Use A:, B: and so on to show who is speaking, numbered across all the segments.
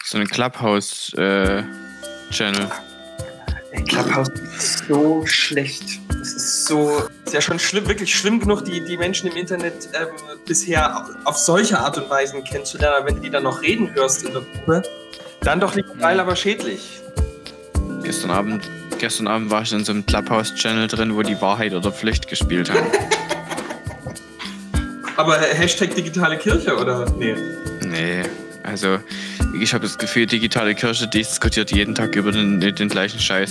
A: So ein Clubhouse-Channel.
B: Clubhouse ist so schlecht. Es ist ja schon schlimm, wirklich schlimm genug, die Menschen im Internet bisher auf solche Art und Weise kennenzulernen. Aber wenn du die dann noch reden hörst in der Gruppe, dann doch lieber geil, aber schädlich.
A: Gestern Abend war ich in so einem Clubhouse-Channel drin, wo die Wahrheit oder Pflicht gespielt haben.
B: Aber Hashtag digitale Kirche, oder?
A: Nee, also ich habe das Gefühl, digitale Kirche diskutiert jeden Tag über den gleichen Scheiß.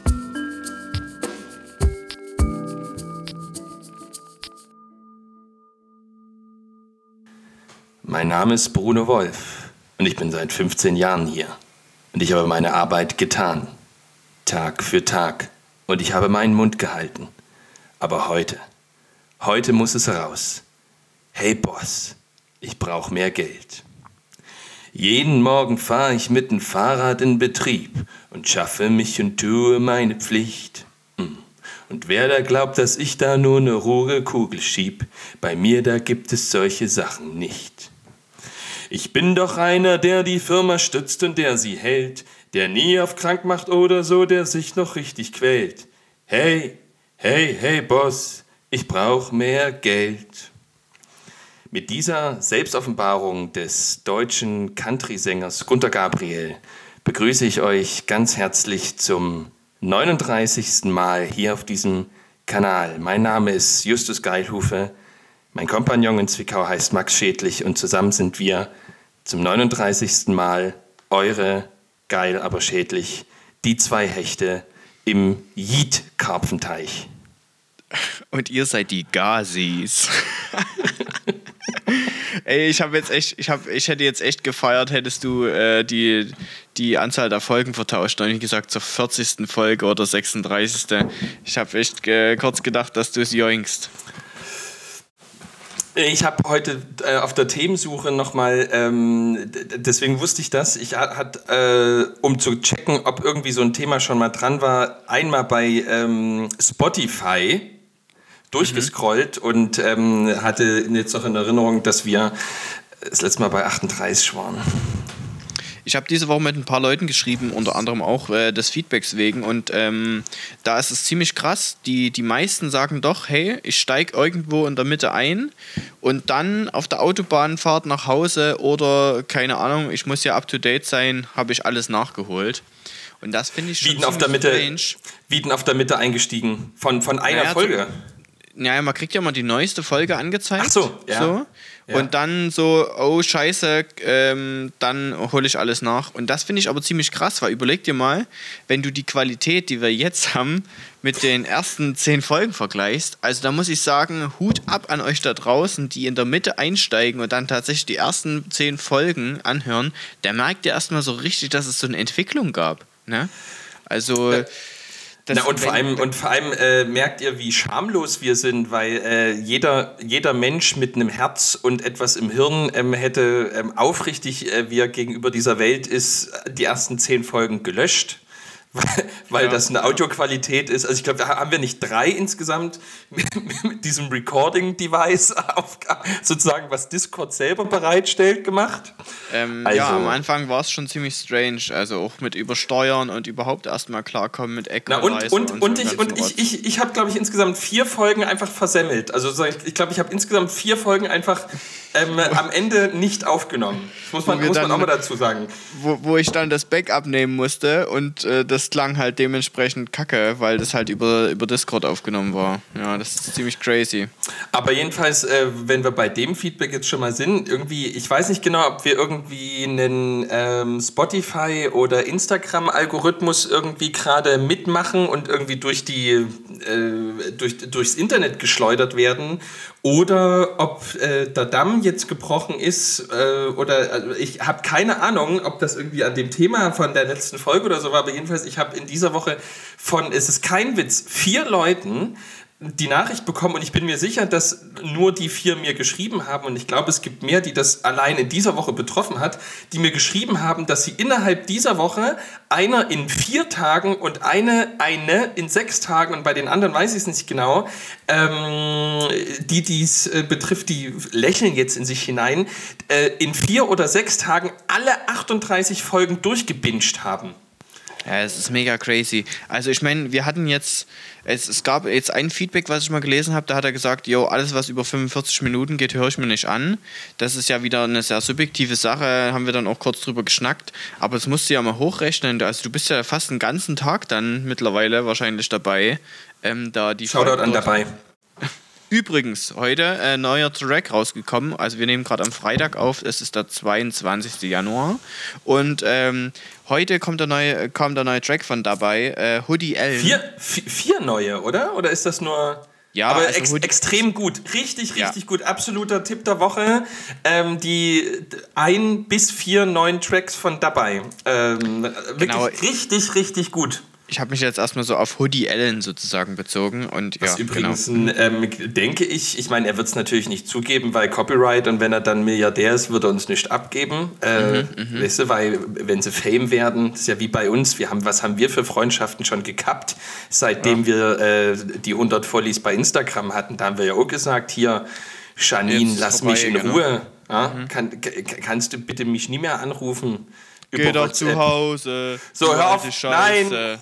C: Mein Name ist Bruno Wolf und ich bin seit 15 Jahren hier. Und ich habe meine Arbeit getan. Tag für Tag. Und ich habe meinen Mund gehalten. Aber heute muss es raus. Hey Boss, ich brauche mehr Geld. Jeden Morgen fahre ich mit dem Fahrrad in Betrieb und schaffe mich und tue meine Pflicht. Und wer da glaubt, dass ich da nur eine rohe Kugel schieb, bei mir da gibt es solche Sachen nicht. Ich bin doch einer, der die Firma stützt und der sie hält, der nie auf krank macht oder so, der sich noch richtig quält. Hey, hey, hey Boss, ich brauch mehr Geld. Mit dieser Selbstoffenbarung des deutschen Country-Sängers Gunter Gabriel begrüße ich euch ganz herzlich zum 39. Mal hier auf diesem Kanal. Mein Name ist Justus Geilhufe, mein Kompagnon in Zwickau heißt Max Schädlich und zusammen sind wir zum 39. Mal eure Geil, aber schädlich, die zwei Hechte im Jied-Karpfenteich.
A: Und ihr seid die Gazis. Ey, ich hätte jetzt echt gefeiert, hättest du die Anzahl der Folgen vertauscht. Und wie gesagt, zur 40. Folge oder 36. Ich habe echt kurz gedacht, dass du es joinkst.
C: Ich habe heute auf der Themensuche nochmal, deswegen wusste ich das, um zu checken, ob irgendwie so ein Thema schon mal dran war, einmal bei Spotify durchgescrollt und hatte jetzt noch in Erinnerung, dass wir das letzte Mal bei 38 waren.
A: Ich habe diese Woche mit ein paar Leuten geschrieben, unter anderem auch des Feedbacks wegen und da ist es ziemlich krass. Die meisten sagen doch, hey, ich steige irgendwo in der Mitte ein und dann auf der Autobahnfahrt nach Hause oder, keine Ahnung, ich muss ja up-to-date sein, habe ich alles nachgeholt. Und das finde ich schon
C: strange. Wie denn auf der Mitte eingestiegen? Von einer Folge?
A: Naja, man kriegt ja mal die neueste Folge angezeigt.
C: Ach so, ja.
A: So. Ja. Und dann so, oh scheiße, dann hole ich alles nach. Und das finde ich aber ziemlich krass, weil überleg dir mal, wenn du die Qualität, die wir jetzt haben, mit den ersten 10 Folgen vergleichst, also da muss ich sagen, Hut ab an euch da draußen, die in der Mitte einsteigen und dann tatsächlich die ersten 10 Folgen anhören, der merkt ja erstmal so richtig, dass es so eine Entwicklung gab. Ne? Also...
C: Und vor allem merkt ihr, wie schamlos wir sind, weil jeder Mensch mit einem Herz und etwas im Hirn hätte aufrichtig, wie er gegenüber dieser Welt ist, die ersten 10 Folgen gelöscht. Weil das eine Audioqualität ist. Also ich glaube, da haben wir nicht 3 insgesamt mit diesem Recording-Device sozusagen, was Discord selber bereitstellt, gemacht.
A: Ja, am Anfang war es schon ziemlich strange. Also auch mit Übersteuern und überhaupt erstmal klarkommen mit Echo-Leiste.
C: Ich habe, glaube ich, insgesamt 4 Folgen einfach versemmelt. Also ich glaube, ich habe insgesamt 4 Folgen einfach am Ende nicht aufgenommen. Das muss man auch mal dazu sagen.
A: Wo ich dann das Backup nehmen musste und das klang halt dementsprechend kacke, weil das halt über Discord aufgenommen war. Ja, das ist ziemlich crazy.
C: Aber jedenfalls, wenn wir bei dem Feedback jetzt schon mal sind, irgendwie, ich weiß nicht genau, ob wir irgendwie einen Spotify- oder Instagram-Algorithmus irgendwie gerade mitmachen und irgendwie durchs Internet geschleudert werden oder ob der Damm jetzt gebrochen ist oder ich habe keine Ahnung, ob das irgendwie an dem Thema von der letzten Folge oder so war, aber jedenfalls, ich habe in dieser Woche es ist kein Witz, 4 Leuten
B: die Nachricht bekommen und ich bin mir sicher, dass nur die 4 mir geschrieben haben und ich glaube, es gibt mehr, die das allein in dieser Woche betroffen hat, die mir geschrieben haben, dass sie innerhalb dieser Woche einer in 4 Tagen und eine in 6 Tagen und bei den anderen weiß ich es nicht genau, die dies betrifft, die lächeln jetzt in sich hinein, in 4 oder 6 Tagen alle 38 Folgen durchgebinged haben.
A: Ja, es ist mega crazy. Also ich meine, wir hatten jetzt, es gab jetzt ein Feedback, was ich mal gelesen habe, da hat er gesagt, jo, alles was über 45 Minuten geht, höre ich mir nicht an. Das ist ja wieder eine sehr subjektive Sache, haben wir dann auch kurz drüber geschnackt, aber das musst du ja mal hochrechnen, also du bist ja fast einen ganzen Tag dann mittlerweile wahrscheinlich dabei. Da die
B: Shoutout an dabei.
A: Übrigens, heute neuer Track rausgekommen. Also wir nehmen gerade am Freitag auf, es ist der 22. Januar. Und heute kam der neue Track von dabei, Hoodie Allen.
B: 4 neue, oder? Oder ist das nur...
A: Ja,
B: aber
A: also
B: extrem gut. Richtig gut. Absoluter Tipp der Woche. Die 1 bis 4 neuen Tracks von dabei. Wirklich richtig gut.
A: Ich habe mich jetzt erstmal so auf Hoodie Allen sozusagen bezogen. Und
B: was
A: ja,
B: übrigens, denke ich meine, er wird es natürlich nicht zugeben, weil Copyright und wenn er dann Milliardär ist, wird er uns nicht abgeben. Weißt du, weil wenn sie Fame werden, das ist ja wie bei uns, was haben wir für Freundschaften schon gekappt, seitdem wir die 100 Follies bei Instagram hatten, da haben wir ja auch gesagt, hier, Janine, lass mich in Ruhe. Ja? Kannst du bitte mich nie mehr anrufen?
A: Geh doch zu Hause.
B: So, hör auf, nein.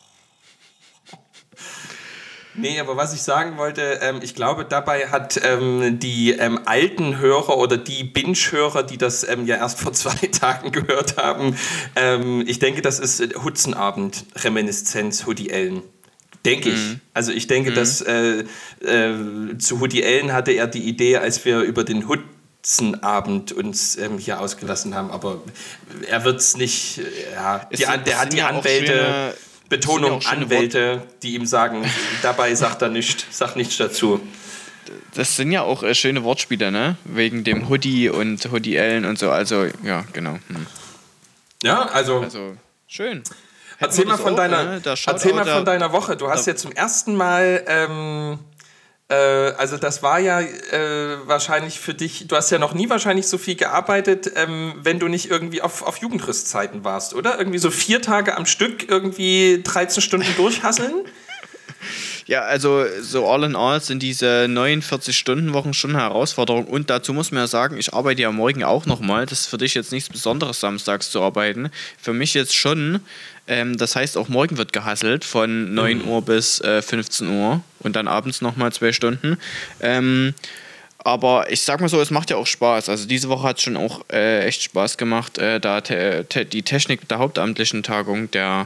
B: Nee, aber was ich sagen wollte, ich glaube, dabei hat die alten Hörer oder die Binge-Hörer, die das ja erst vor 2 Tagen gehört haben, ich denke, das ist Hutzenabend, Reminiszenz, Hoodie Allen. Denke ich. Also ich denke, dass zu Hoodie Allen hatte er die Idee, als wir über den Hutzenabend uns hier ausgelassen haben, aber er wird es nicht, der hat die Anwälte... Betonung Anwälte, die ihm sagen, dabei sagt er nichts, sagt nichts dazu.
A: Das sind ja auch schöne Wortspiele, ne? Wegen dem Hoodie und Hoodie Allen und so, also, ja, genau.
B: Ja, also
A: schön.
B: Erzähl mal von deiner Woche. Du hast ja zum ersten Mal, also das war ja wahrscheinlich für dich, du hast ja noch nie wahrscheinlich so viel gearbeitet, wenn du nicht irgendwie auf Jugendrüstzeiten warst, oder? Irgendwie so 4 Tage am Stück, irgendwie 13 Stunden durchhasseln?
A: Ja, also so all in all sind diese 49-Stunden-Wochen schon eine Herausforderung und dazu muss man ja sagen, ich arbeite ja morgen auch nochmal, das ist für dich jetzt nichts Besonderes, samstags zu arbeiten, für mich jetzt schon, das heißt auch morgen wird gehasselt von 9 Uhr bis 15 Uhr und dann abends nochmal 2 Stunden, aber ich sag mal so, es macht ja auch Spaß, also diese Woche hat es schon auch echt Spaß gemacht, da die Technik der hauptamtlichen Tagung der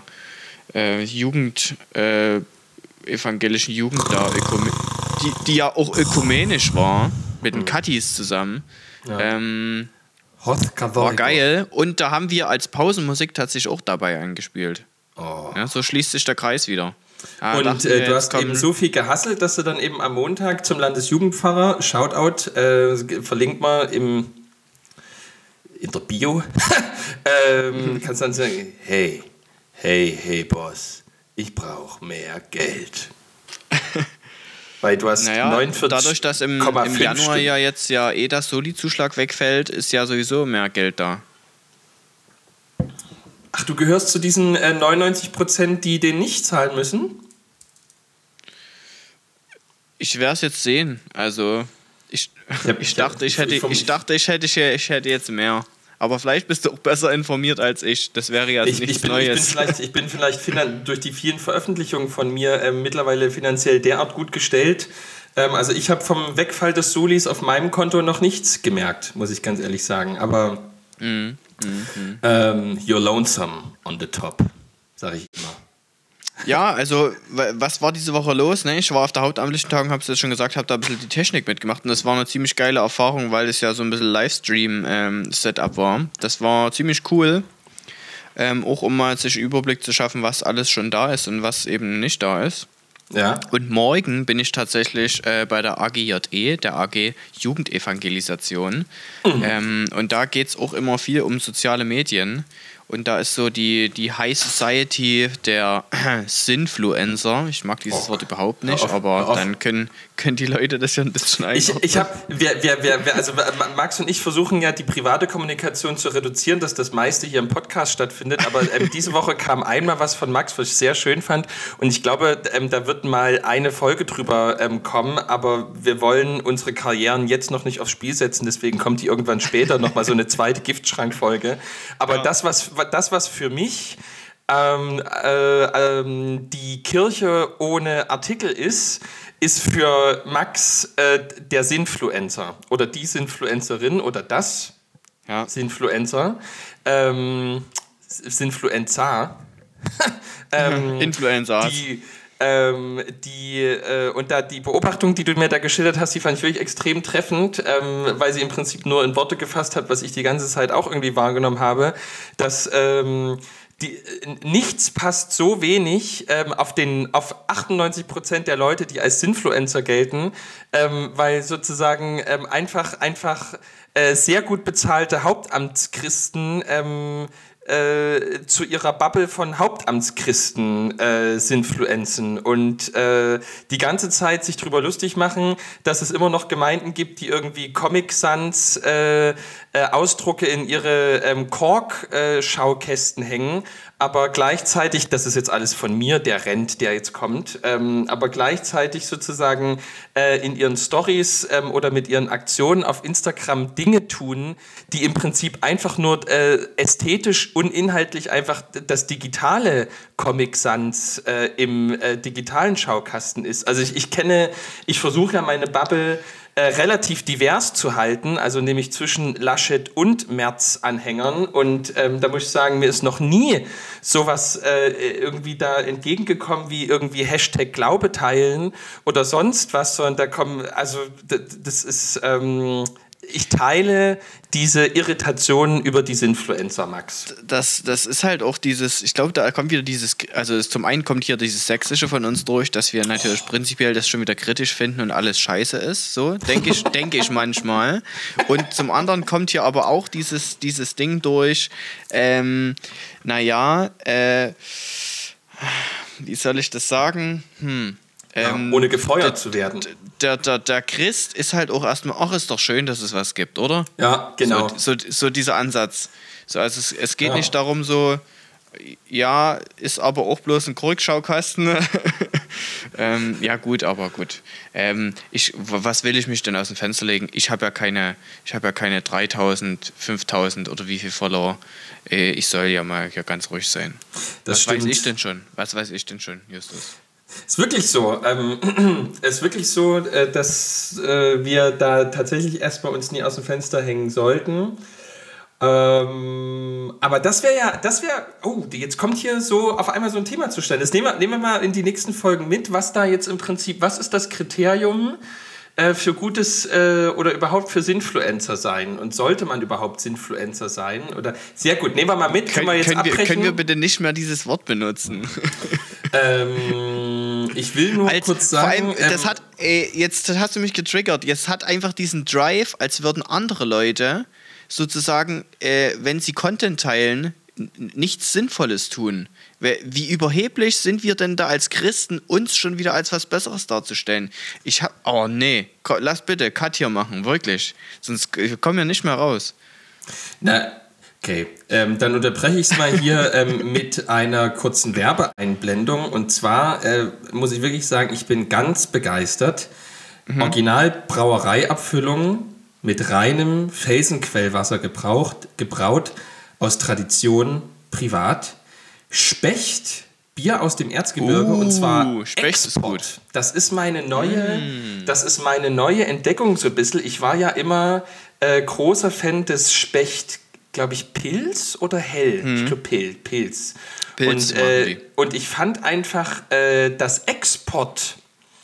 A: evangelischen Jugend da, die ja auch ökumenisch war, mit den Kattis zusammen. Ja. War geil. Und da haben wir als Pausenmusik tatsächlich auch dabei eingespielt. Oh. Ja, so schließt sich der Kreis wieder. Ja,
B: und du hast eben so viel gehasselt, dass du dann eben am Montag zum Landesjugendpfarrer, Shoutout, verlinkt mal in der Bio, kannst dann sagen, hey, Boss, ich brauche mehr Geld. Weil du hast 49,5
A: dadurch, dass im Januar ja jetzt der Soli-Zuschlag wegfällt, ist ja sowieso mehr Geld da.
B: Ach, du gehörst zu diesen 99%, die den nicht zahlen müssen?
A: Ich werde es jetzt sehen. Also, ich dachte, ich hätte jetzt mehr. Aber vielleicht bist du auch besser informiert als ich. Das wäre ja nichts Neues.
B: Ich bin vielleicht durch die vielen Veröffentlichungen von mir mittlerweile finanziell derart gut gestellt. Also ich habe vom Wegfall des Solis auf meinem Konto noch nichts gemerkt, muss ich ganz ehrlich sagen. Aber you're lonesome on the top, sage ich immer.
A: Ja, also, was war diese Woche los? Ne? Ich war auf der hauptamtlichen Tagung, habe es jetzt schon gesagt, habe da ein bisschen die Technik mitgemacht und das war eine ziemlich geile Erfahrung, weil es ja so ein bisschen Livestream-Setup war. Das war ziemlich cool, auch um mal sich einen Überblick zu schaffen, was alles schon da ist und was eben nicht da ist. Ja. Und morgen bin ich tatsächlich bei der AGJE, der AG Jugendevangelisation. Und da geht es auch immer viel um soziale Medien. und da ist so die High Society der Sinfluencer. Ich mag dieses Wort überhaupt nicht, aber dann können die Leute das ja ein bisschen einordnen.
C: Also Max und ich versuchen ja die private Kommunikation zu reduzieren, dass das meiste hier im Podcast stattfindet, aber diese Woche kam einmal was von Max, was ich sehr schön fand, und ich glaube, da wird mal eine Folge drüber kommen, aber wir wollen unsere Karrieren jetzt noch nicht aufs Spiel setzen, deswegen kommt die irgendwann später nochmal so eine zweite Giftschrankfolge. Aber das, was für mich die Kirche ohne Artikel ist für Max der Sinfluencer oder die Sinfluencerin oder das Sinfluencer. Sinfluencer.
A: Influencer.
C: Und da die Beobachtung, die du mir da geschildert hast, die fand ich wirklich extrem treffend, weil sie im Prinzip nur in Worte gefasst hat, was ich die ganze Zeit auch irgendwie wahrgenommen habe, dass nichts passt so wenig auf 98% der Leute, die als Sinfluencer gelten, weil sozusagen einfach sehr gut bezahlte Hauptamtschristen zu ihrer Bubble von Hauptamtschristen Sinfluenzen und die ganze Zeit sich drüber lustig machen, dass es immer noch Gemeinden gibt, die irgendwie Comic Sans Ausdrucke in ihre Kork-Schaukästen hängen, aber gleichzeitig, das ist jetzt alles von mir, der Rent, der jetzt kommt, aber gleichzeitig sozusagen in ihren Stories oder mit ihren Aktionen auf Instagram Dinge tun, die im Prinzip einfach nur ästhetisch und inhaltlich einfach das digitale Comic Sans im digitalen Schaukasten ist. Also ich versuche ja meine Bubble relativ divers zu halten, also nämlich zwischen Laschet und Merz-Anhängern, und da muss ich sagen, mir ist noch nie sowas irgendwie da entgegengekommen wie irgendwie Hashtag Glaube teilen oder sonst was, sondern da kommen, also das ist ich teile diese Irritationen über diese Influencer, Max.
A: Das ist halt auch dieses, ich glaube, da kommt wieder dieses, also zum einen kommt hier dieses Sächsische von uns durch, dass wir natürlich prinzipiell das schon wieder kritisch finden und alles scheiße ist, so, denke ich manchmal. Und zum anderen kommt hier aber auch dieses Ding durch, wie soll ich das sagen?
C: Ohne gefeuert zu werden.
A: Der Christ ist halt auch erstmal, ach, ist doch schön, dass es was gibt, oder?
C: Ja, genau.
A: So dieser Ansatz. So, also es geht nicht darum, so, ja, ist aber auch bloß ein Korkschaukasten. Ja, gut, aber gut. Was will ich mich denn aus dem Fenster legen? Ich habe ja keine 3000, 5000 oder wie viel Follower. Ich soll ja mal hier ganz ruhig sein. Was weiß ich denn schon, Justus?
C: Es ist wirklich so, dass wir da tatsächlich erstmal uns nie aus dem Fenster hängen sollten. Aber das wäre, jetzt kommt hier so auf einmal so ein Thema zustande. Das nehmen wir mal in die nächsten Folgen mit, was da jetzt im Prinzip, was ist das Kriterium für gutes oder überhaupt für Sinfluencer sein? Und sollte man überhaupt Sinfluencer sein? Oder sehr gut, nehmen wir mal mit, können wir jetzt abbrechen?
A: Können wir bitte nicht mehr dieses Wort benutzen?
C: Ich will nur kurz sagen...
A: Vor allem, jetzt hast du mich getriggert, jetzt hat einfach diesen Drive, als würden andere Leute sozusagen, wenn sie Content teilen, nichts Sinnvolles tun. Wie überheblich sind wir denn da als Christen, uns schon wieder als was Besseres darzustellen? Lass bitte Cut hier machen, wirklich. Sonst kommen wir nicht mehr raus.
C: Na, okay. Dann unterbreche ich es mal hier mit einer kurzen Werbeeinblendung. Und zwar muss ich wirklich sagen, ich bin ganz begeistert. Original-Brauereiabfüllung mit reinem Felsenquellwasser gebraut, aus Tradition, privat. Specht, Bier aus dem Erzgebirge, und zwar
A: Specht
C: Export.
A: Ist gut.
C: Das ist meine neue Entdeckung so ein bisschen. Ich war ja immer großer Fan des Specht, glaube ich, Pils oder Hell? Ich glaube Pils. Und ich fand einfach das Export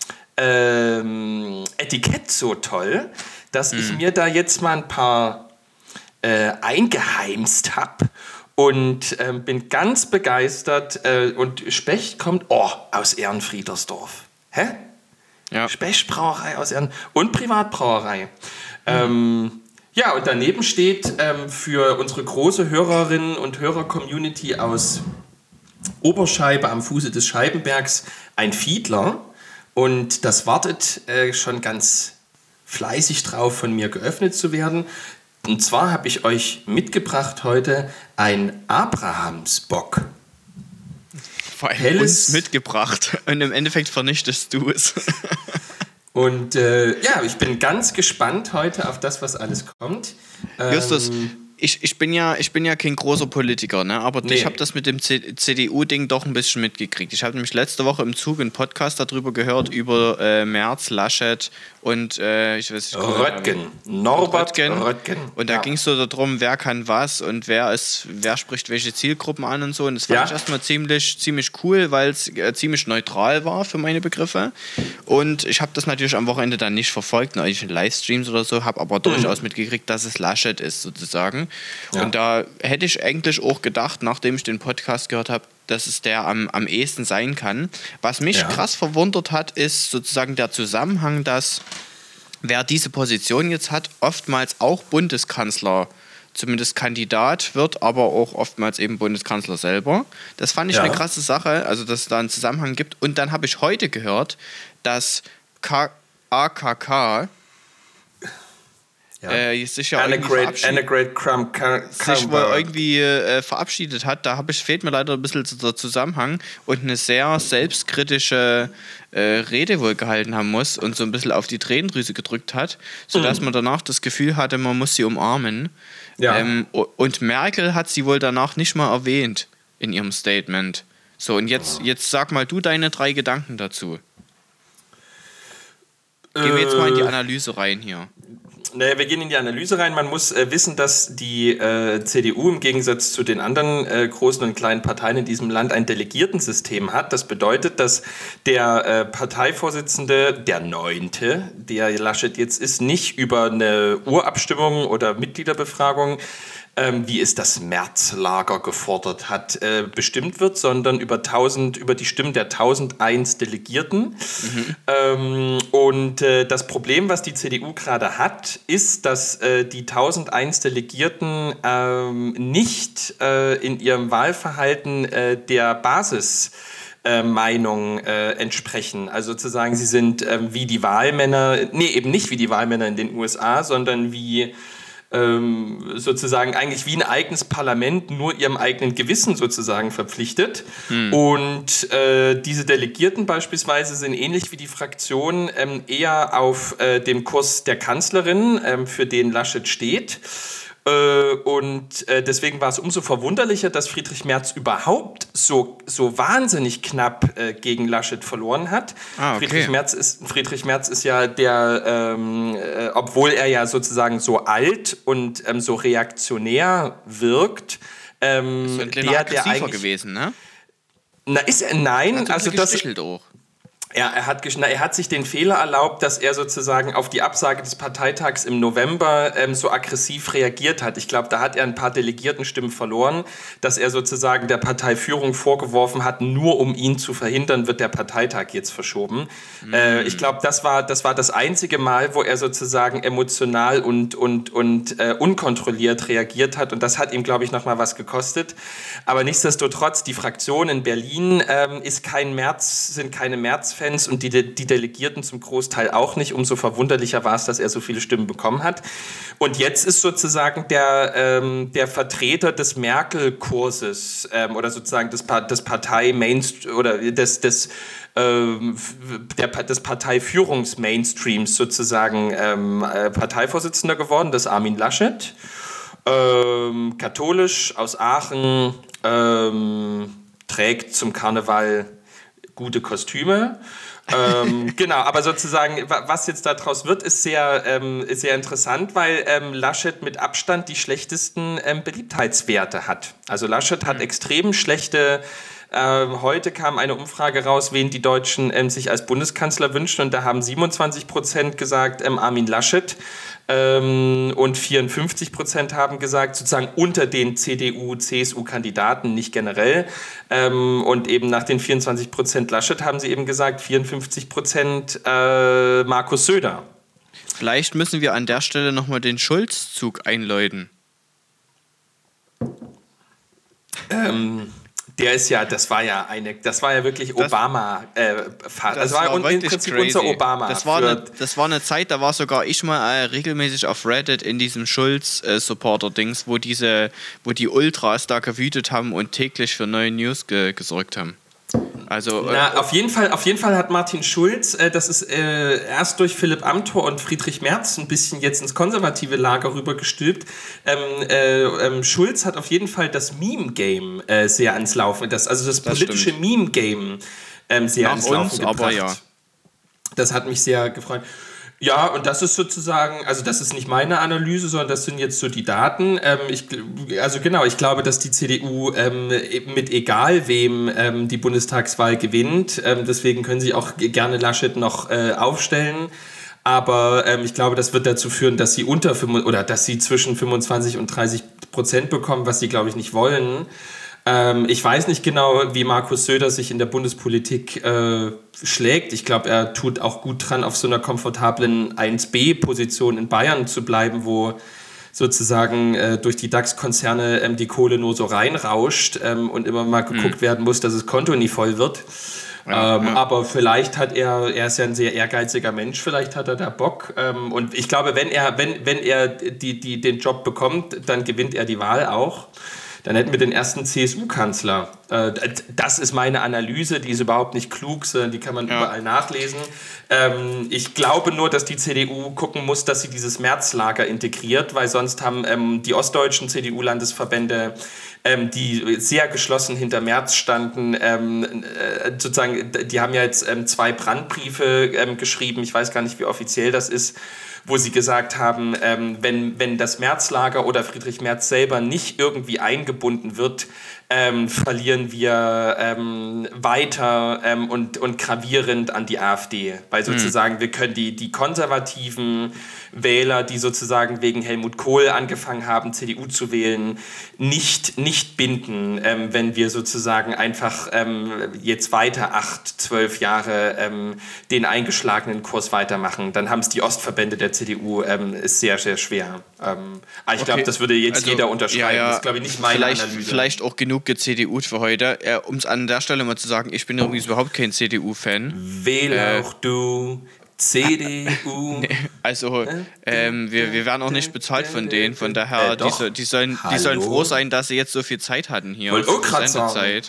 C: Etikett so toll, dass ich mir da jetzt mal ein paar eingeheimst habe. Und bin ganz begeistert. Und Specht kommt aus Ehrenfriedersdorf. Hä? Ja. Specht-Brauerei aus Ehren. Und Privatbrauerei. Ja, und daneben steht für unsere große Hörerinnen und Hörer-Community aus Oberscheibe am Fuße des Scheibenbergs ein Fiedler. Und das wartet schon ganz fleißig drauf, von mir geöffnet zu werden. Und zwar habe ich euch mitgebracht heute ein Abrahamsbock.
A: Vor allem uns mitgebracht. Und im Endeffekt vernichtest du es.
C: Und ja, ich bin ganz gespannt heute auf das, was alles kommt.
A: Justus, ich bin ja kein großer Politiker, ne? Aber ich habe das mit dem CDU-Ding doch ein bisschen mitgekriegt. Ich habe nämlich letzte Woche im Zug einen Podcast darüber gehört, über Merz, Laschet und ich weiß nicht,
C: Röttgen. Norbert Röttgen.
A: Und da ging es so darum, wer kann was und wer spricht welche Zielgruppen an und so. Und das fand ich erstmal ziemlich cool, weil es ziemlich neutral war für meine Begriffe. Und ich habe das natürlich am Wochenende dann nicht verfolgt, in irgendwelchen Livestreams oder so, habe aber durchaus mitgekriegt, dass es Laschet ist sozusagen. Ja. Und da hätte ich eigentlich auch gedacht, nachdem ich den Podcast gehört habe, dass es der am ehesten sein kann. Was mich krass verwundert hat, ist sozusagen der Zusammenhang, dass wer diese Position jetzt hat, oftmals auch Bundeskanzler, zumindest Kandidat wird, aber auch oftmals eben Bundeskanzler selber. Das fand ich eine krasse Sache, also dass es da einen Zusammenhang gibt. Und dann habe ich heute gehört, dass AKK sich ja irgendwie verabschiedet hat. Da fehlt mir leider ein bisschen der Zusammenhang und eine sehr selbstkritische Rede wohl gehalten haben muss und so ein bisschen auf die Tränendrüse gedrückt hat, sodass man danach das Gefühl hatte, man muss sie umarmen. Ja. Und Merkel hat sie wohl danach nicht mal erwähnt in ihrem Statement. So, und jetzt sag mal du deine 3 Gedanken dazu. Gehen wir jetzt mal in die Analyse rein hier.
C: Naja, wir gehen in die Analyse rein. Man muss wissen, dass die CDU im Gegensatz zu den anderen großen und kleinen Parteien in diesem Land ein Delegiertensystem hat. Das bedeutet, dass der Parteivorsitzende, der 9., der Laschet jetzt ist, nicht über eine Urabstimmung oder Mitgliederbefragung, wie es das Märzlager gefordert hat, bestimmt wird, sondern über die Stimmen der 1001 Delegierten. Und das Problem, was die CDU gerade hat, ist, dass die 1001 Delegierten nicht in ihrem Wahlverhalten der Basismeinung entsprechen. Also sozusagen, sie sind wie die Wahlmänner, eben nicht wie die Wahlmänner in den USA, sondern wie sozusagen eigentlich wie ein eigenes Parlament nur ihrem eigenen Gewissen sozusagen verpflichtet. Und diese Delegierten beispielsweise sind ähnlich wie die Fraktion eher auf dem Kurs der Kanzlerin, für den Laschet steht. Und deswegen war es umso verwunderlicher, dass Friedrich Merz überhaupt so wahnsinnig knapp gegen Laschet verloren hat. Okay. Friedrich Merz ist ja der, obwohl er ja sozusagen so alt und so reaktionär wirkt,
A: der eigentlich gewesen, ne?
C: Na, ist er? Nein, also das auch. Er hat sich den Fehler erlaubt, dass er sozusagen auf die Absage des Parteitags im November so aggressiv reagiert hat. Ich glaube, da hat er ein paar Delegiertenstimmen verloren, dass er sozusagen der Parteiführung vorgeworfen hat, nur um ihn zu verhindern, wird der Parteitag jetzt verschoben. Ich glaube, das war das einzige Mal, wo er sozusagen emotional und unkontrolliert reagiert hat. Und das hat ihm, glaube ich, nochmal was gekostet. Aber nichtsdestotrotz, die Fraktion in Berlin sind keine Merz-Fans und die Delegierten zum Großteil auch nicht. Umso verwunderlicher war es, dass er so viele Stimmen bekommen hat. Und jetzt ist sozusagen der Vertreter des Merkel-Kurses oder sozusagen des Partei-Mainstream oder des Parteiführungs-Mainstreams sozusagen Parteivorsitzender geworden, das ist Armin Laschet. Katholisch, aus Aachen, trägt zum Karneval gute Kostüme. Genau, aber sozusagen, was jetzt daraus wird, ist sehr interessant, weil Laschet mit Abstand die schlechtesten Beliebtheitswerte hat. Also Laschet hat extrem schlechte. Heute kam eine Umfrage raus, wen die Deutschen sich als Bundeskanzler wünschen, und da haben 27% gesagt Armin Laschet und 54% haben gesagt, sozusagen unter den CDU-CSU-Kandidaten, nicht generell. Und eben nach den 24% Laschet haben sie eben gesagt, 54% Markus Söder.
A: Vielleicht müssen wir an der Stelle nochmal den Schulz-Zug einläuten.
C: Der ist ja, das war ja wirklich Obama.
A: Das war
C: im Prinzip crazy. Unser Obama.
A: Das war eine Zeit, da war sogar ich mal regelmäßig auf Reddit in diesem Schulz-Supporter-Dings, wo die Ultras da gewütet haben und täglich für neue News gesorgt haben. Also,
C: auf jeden Fall hat Martin Schulz, das ist erst durch Philipp Amthor und Friedrich Merz ein bisschen jetzt ins konservative Lager rübergestülpt. Schulz hat auf jeden Fall das Meme-Game sehr ans Laufen, das politische Meme-Game sehr ans Laufen gebracht. Aber ja. Das hat mich sehr gefreut. Ja, und das ist sozusagen, also das ist nicht meine Analyse, sondern das sind jetzt so die Daten. Ich glaube, dass die CDU mit egal wem die Bundestagswahl gewinnt. Deswegen können sie auch gerne Laschet noch aufstellen. Aber ich glaube, das wird dazu führen, dass sie dass sie zwischen 25% und 30% bekommen, was sie, glaube ich, nicht wollen. Ich weiß nicht genau, wie Markus Söder sich in der Bundespolitik schlägt. Ich glaube, er tut auch gut dran, auf so einer komfortablen 1B-Position in Bayern zu bleiben, wo sozusagen durch die DAX-Konzerne die Kohle nur so reinrauscht und immer mal geguckt werden muss, dass das Konto nie voll wird. Aber vielleicht hat er ist ja ein sehr ehrgeiziger Mensch, vielleicht hat er da Bock. Und ich glaube, wenn er den Job bekommt, dann gewinnt er die Wahl auch. Dann hätten wir den ersten CSU-Kanzler. Das ist meine Analyse, die ist überhaupt nicht klug, sondern die kann man überall nachlesen. Ich glaube nur, dass die CDU gucken muss, dass sie dieses Merz-Lager integriert, weil sonst haben die ostdeutschen CDU-Landesverbände, die sehr geschlossen hinter Merz standen, sozusagen, die haben ja jetzt 2 Brandbriefe geschrieben, ich weiß gar nicht, wie offiziell das ist, wo sie gesagt haben, wenn das Merz-Lager oder Friedrich Merz selber nicht irgendwie eingebunden wird, verlieren wir weiter und gravierend an die AfD. Weil sozusagen wir können die konservativen Wähler, die sozusagen wegen Helmut Kohl angefangen haben, CDU zu wählen, nicht binden, wenn wir sozusagen einfach jetzt weiter 8, 12 Jahre den eingeschlagenen Kurs weitermachen. Dann haben es die Ostverbände der CDU ist sehr, sehr schwer. Aber ich glaube, das würde jetzt jeder unterschreiben. Ja. Das ist, glaube ich, nicht meine Analyse.
A: Vielleicht auch genug CDU für heute. Um es an der Stelle mal zu sagen, ich bin übrigens überhaupt kein CDU-Fan.
C: Wähl auch du CDU.
A: Nee, also, wir werden auch nicht bezahlt von denen. Von daher, die sollen froh sein, dass sie jetzt so viel Zeit hatten hier.
C: Wollte auch gerade sagen.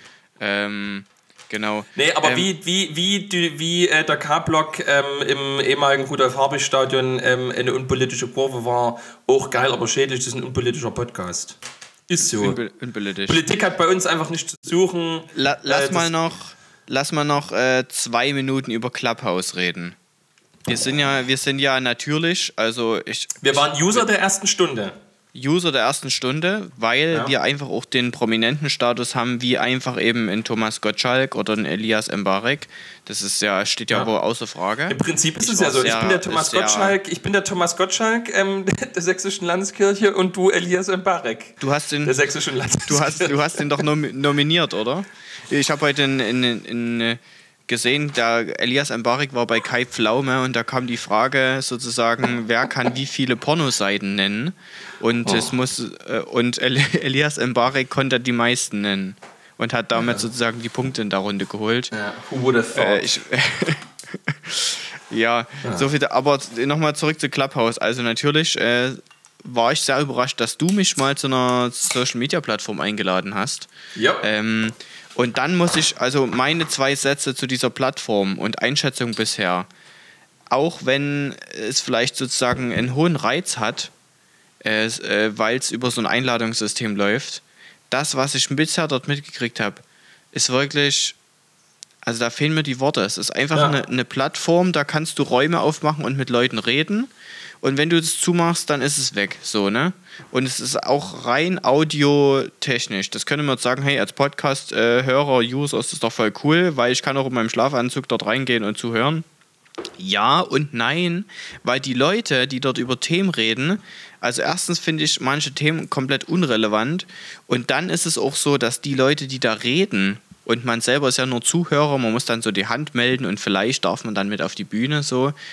A: Genau.
C: Nee, aber wie der K-Block im ehemaligen Rudolf-Habich-Stadion eine unpolitische Kurve war, auch geil, aber schädlich, das ist ein unpolitischer Podcast. Ist so.
A: Unpolitisch.
C: Politik hat bei uns einfach nichts zu suchen.
A: Lass mal noch 2 Minuten über Clubhouse reden. Wir sind ja natürlich, also
C: wir waren User der ersten Stunde.
A: Weil wir einfach auch den prominenten Status haben, wie einfach eben in Thomas Gottschalk oder in Elias Mbarek. Das ist steht ja wohl außer Frage.
C: Im Prinzip ist es ja so. Ich bin der Thomas Gottschalk der Sächsischen Landeskirche und du Elias Mbarek der Sächsischen Landeskirche.
A: Du hast ihn doch nominiert, oder? Ich habe heute gesehen, der Elias Mbarek war bei Kai Pflaume und da kam die Frage sozusagen, wer kann wie viele Pornoseiten nennen? Und Elias Mbarek konnte die meisten nennen und hat damit sozusagen die Punkte in der Runde geholt.
C: Ja, who would have thought?
A: So viel. Aber nochmal zurück zu Clubhouse. Also natürlich war ich sehr überrascht, dass du mich mal zu einer Social-Media-Plattform eingeladen hast.
C: Ja.
A: Und dann muss ich, also meine 2 Sätze zu dieser Plattform und Einschätzung bisher, auch wenn es vielleicht sozusagen einen hohen Reiz hat, weil es über so ein Einladungssystem läuft, das, was ich bisher dort mitgekriegt habe, ist wirklich, also da fehlen mir die Worte. Es ist einfach eine Plattform, da kannst du Räume aufmachen und mit Leuten reden. Und wenn du das zumachst, dann ist es weg, so, ne? Und es ist auch rein audiotechnisch. Das könnte man jetzt sagen, hey, als Podcast-Hörer, User ist das doch voll cool, weil ich kann auch in meinem Schlafanzug dort reingehen und zuhören. Ja und nein, weil die Leute, die dort über Themen reden, also erstens finde ich manche Themen komplett unrelevant und dann ist es auch so, dass die Leute, die da reden, und man selber ist ja nur Zuhörer, man muss dann so die Hand melden und vielleicht darf man dann mit auf die Bühne, so.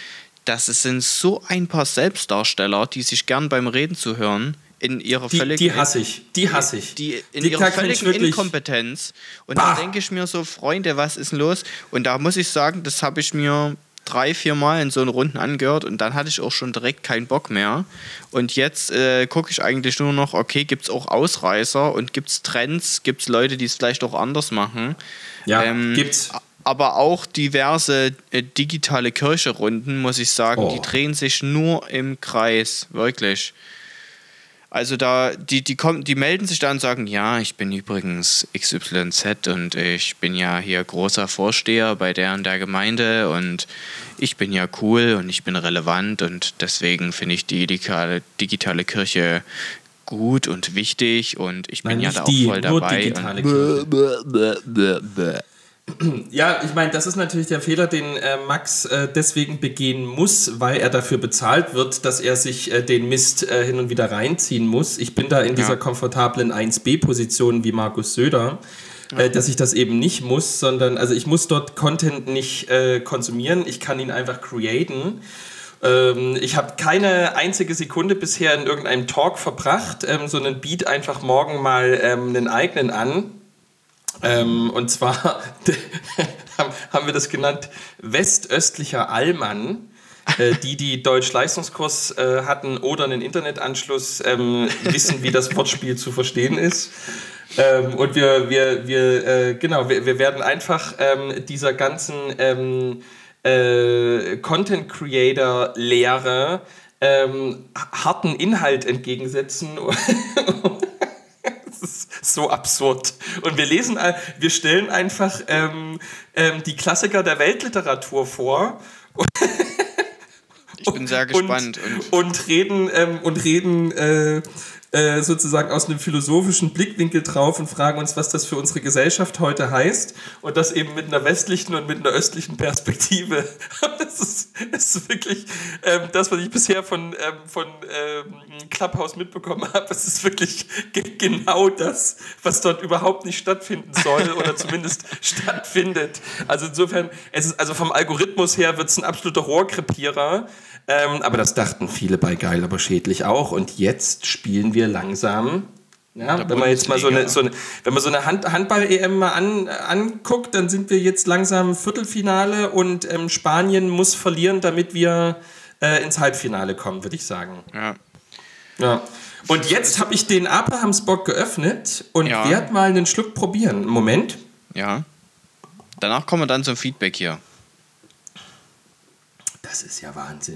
A: Das sind so ein paar Selbstdarsteller, die sich gern beim Reden zuhören, in ihrer völligen...
B: Die hasse ich. Die
A: in ihrer völligen Inkompetenz. Und da denke ich mir so, Freunde, was ist denn los? Und da muss ich sagen, das habe ich mir 3-4 Mal in so einen Runden angehört und dann hatte ich auch schon direkt keinen Bock mehr. Und jetzt gucke ich eigentlich nur noch, okay, gibt es auch Ausreißer und gibt es Trends, gibt es Leute, die es vielleicht auch anders machen.
B: Ja, gibt's.
A: Aber auch diverse digitale Kirche-Runden, muss ich sagen, die drehen sich nur im Kreis, wirklich. Also die melden sich da und sagen, ja, ich bin übrigens XYZ und ich bin ja hier großer Vorsteher bei der und der Gemeinde und ich bin ja cool und ich bin relevant und deswegen finde ich die digitale Kirche gut und wichtig und ich bin ja da auch voll dabei.
B: Digitale Kirche. Ja, ich meine, das ist natürlich der Fehler, den Max deswegen begehen muss, weil er dafür bezahlt wird, dass er sich den Mist hin und wieder reinziehen muss. Ich bin da in dieser komfortablen 1B-Position wie Markus Söder, dass ich das eben nicht muss, sondern, also ich muss dort Content nicht konsumieren, ich kann ihn einfach createn. Ich habe keine einzige Sekunde bisher in irgendeinem Talk verbracht, sondern biete einfach morgen mal einen eigenen an. Und zwar haben wir das genannt westöstlicher Allmann. Die Deutsch-Leistungskurs hatten oder einen Internetanschluss, wissen, wie das Wortspiel zu verstehen ist. Und wir werden einfach dieser ganzen Content-Creator-Lehre harten Inhalt entgegensetzen. So absurd. Und wir stellen einfach die Klassiker der Weltliteratur vor.
A: Ich bin sehr gespannt.
B: Und reden sozusagen aus einem philosophischen Blickwinkel drauf und fragen uns, was das für unsere Gesellschaft heute heißt. Und das eben mit einer westlichen und mit einer östlichen Perspektive. Das ist wirklich das, was ich bisher von Clubhouse mitbekommen habe. Es ist wirklich genau das, was dort überhaupt nicht stattfinden soll oder zumindest stattfindet. Also insofern, also vom Algorithmus her wird es ein absoluter Rohrkrepierer. Aber das dachten viele bei Geil, aber schädlich auch. Und jetzt spielen wir langsam. Ja, wenn man jetzt mal so eine Handball-EM mal anguckt, dann sind wir jetzt langsam Viertelfinale und Spanien muss verlieren, damit wir ins Halbfinale kommen, würde ich sagen. Ja. Und jetzt habe ich den Abrahamsbock geöffnet und werde mal einen Schluck probieren. Moment.
A: Ja. Danach kommen wir dann zum Feedback hier.
B: Das ist ja Wahnsinn.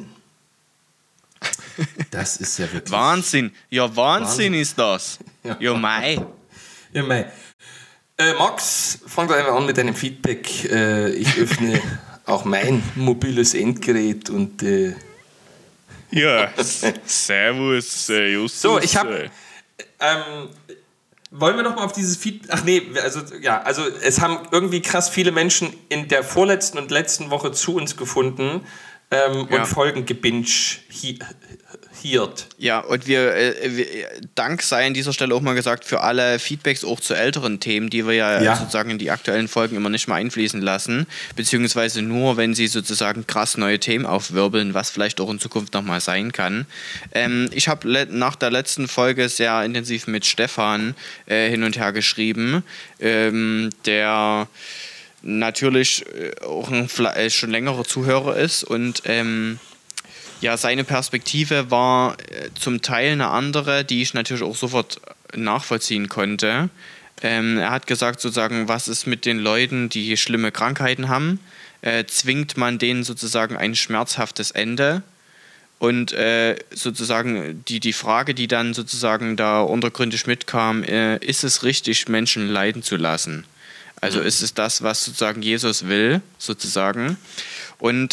B: Das ist ja wirklich...
A: Wahnsinn. Ja, Wahnsinn ist das. Ja, mei.
B: Ja, mei. Max, fang doch einfach an mit deinem Feedback. Ich öffne auch mein mobiles Endgerät und...
A: Ja, servus, Justus.
B: So, ich habe... wollen wir noch mal auf dieses Feedback... Ach nee, also es haben irgendwie krass viele Menschen in der vorletzten und letzten Woche zu uns gefunden und Folgen gebinged. Ja,
A: und wir Dank sei an dieser Stelle auch mal gesagt für alle Feedbacks auch zu älteren Themen, die wir ja sozusagen in die aktuellen Folgen immer nicht mehr einfließen lassen, beziehungsweise nur, wenn sie sozusagen krass neue Themen aufwirbeln, was vielleicht auch in Zukunft nochmal sein kann. Ich habe nach der letzten Folge sehr intensiv mit Stefan hin und her geschrieben, der natürlich auch ein schon längerer Zuhörer ist und seine Perspektive war zum Teil eine andere, die ich natürlich auch sofort nachvollziehen konnte. Er hat gesagt, sozusagen, was ist mit den Leuten, die schlimme Krankheiten haben? Zwingt man denen sozusagen ein schmerzhaftes Ende? Und sozusagen die Frage, die dann sozusagen da untergründig mitkam, ist es richtig, Menschen leiden zu lassen? Also ist es das, was sozusagen Jesus will, sozusagen? Und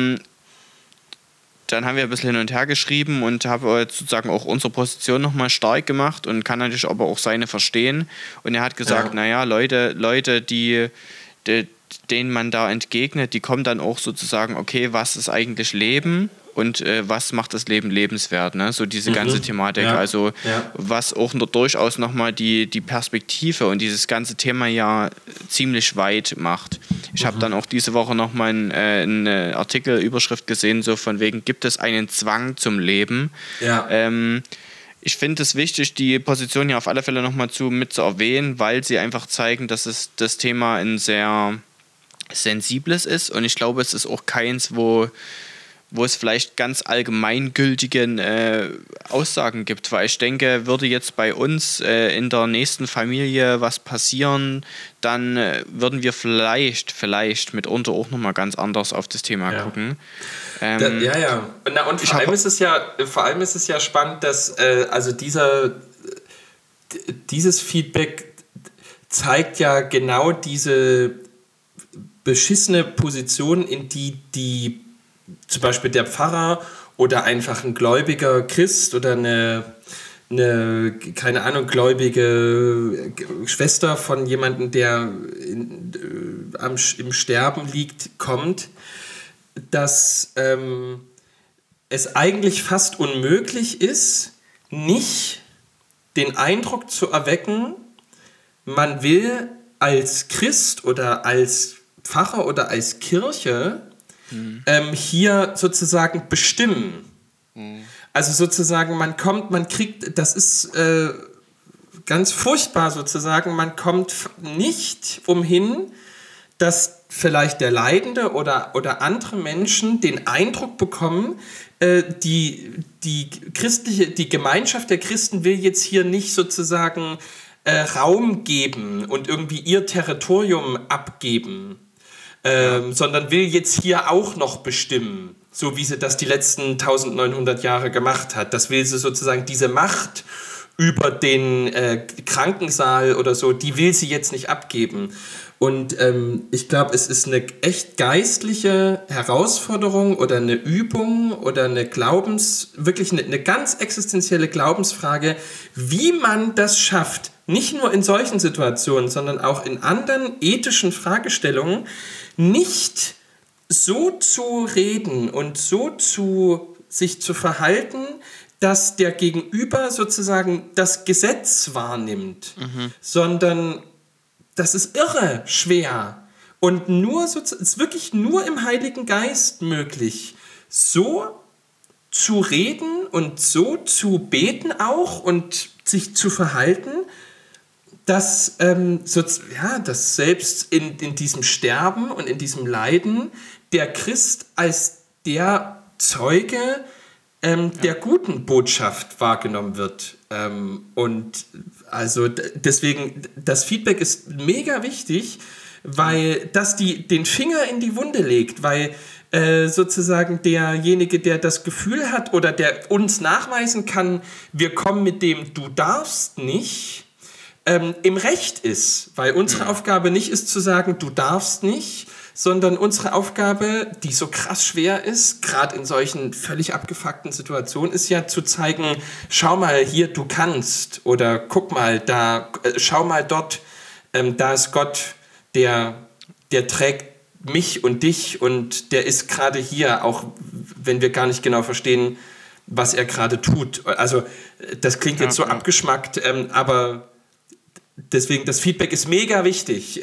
A: dann haben wir ein bisschen hin und her geschrieben und habe sozusagen auch unsere Position nochmal stark gemacht und kann natürlich aber auch seine verstehen. Und er hat gesagt, Leute, denen man da entgegnet, die kommen dann auch sozusagen, okay, was ist eigentlich Leben? und was macht das Leben lebenswert, ne? So diese ganze Thematik, also was auch durchaus nochmal die Perspektive und dieses ganze Thema ja ziemlich weit macht. Ich habe dann auch diese Woche nochmal eine Artikelüberschrift gesehen, so von wegen, gibt es einen Zwang zum Leben? Ja. Ich finde es wichtig, die Position hier auf alle Fälle nochmal mit zu erwähnen, weil sie einfach zeigen, dass es das Thema ein sehr sensibles ist und ich glaube, es ist auch keins, wo es vielleicht ganz allgemeingültigen Aussagen gibt, weil ich denke, würde jetzt bei uns in der nächsten Familie was passieren, dann würden wir vielleicht mitunter auch nochmal ganz anders auf das Thema gucken.
C: Und vor allem ist es ja spannend, dass also dieses Feedback zeigt ja genau diese beschissene Position, in die zum Beispiel der Pfarrer oder einfach ein gläubiger Christ oder eine keine Ahnung, gläubige Schwester von jemandem, der im Sterben liegt, kommt, dass es eigentlich fast unmöglich ist, nicht den Eindruck zu erwecken, man will als Christ oder als Pfarrer oder als Kirche hier sozusagen bestimmen. Also sozusagen man kriegt, das ist ganz furchtbar sozusagen, man kommt nicht umhin, dass vielleicht der Leidende oder andere Menschen den Eindruck bekommen, die Gemeinschaft der Christen will jetzt hier nicht sozusagen Raum geben und irgendwie ihr Territorium abgeben, sondern will jetzt hier auch noch bestimmen, so wie sie das die letzten 1900 Jahre gemacht hat. Das will sie sozusagen, diese Macht über den Krankensaal oder so, die will sie jetzt nicht abgeben. Und ich glaube, es ist eine echt geistliche Herausforderung oder eine Übung oder wirklich eine ganz existenzielle Glaubensfrage, wie man das schafft, nicht nur in solchen Situationen, sondern auch in anderen ethischen Fragestellungen, nicht so zu reden und so sich zu verhalten, dass der Gegenüber sozusagen das Gesetz wahrnimmt, sondern das ist irre schwer und ist wirklich nur im Heiligen Geist möglich, so zu reden und so zu beten auch und sich zu verhalten, dass selbst in diesem Sterben und in diesem Leiden der Christ als der Zeuge der guten Botschaft wahrgenommen wird. Und also deswegen, das Feedback ist mega wichtig, weil das den Finger in die Wunde legt, weil sozusagen derjenige, der das Gefühl hat oder der uns nachweisen kann, wir kommen mit dem Du darfst nicht, im Recht ist, weil unsere Aufgabe nicht ist zu sagen, du darfst nicht, sondern unsere Aufgabe, die so krass schwer ist, gerade in solchen völlig abgefuckten Situationen, ist ja zu zeigen, schau mal hier, du kannst, oder guck mal da, schau mal dort, da ist Gott, der trägt mich und dich und der ist gerade hier, auch wenn wir gar nicht genau verstehen, was er gerade tut. Also das klingt jetzt so abgeschmackt, aber deswegen, das Feedback ist mega wichtig.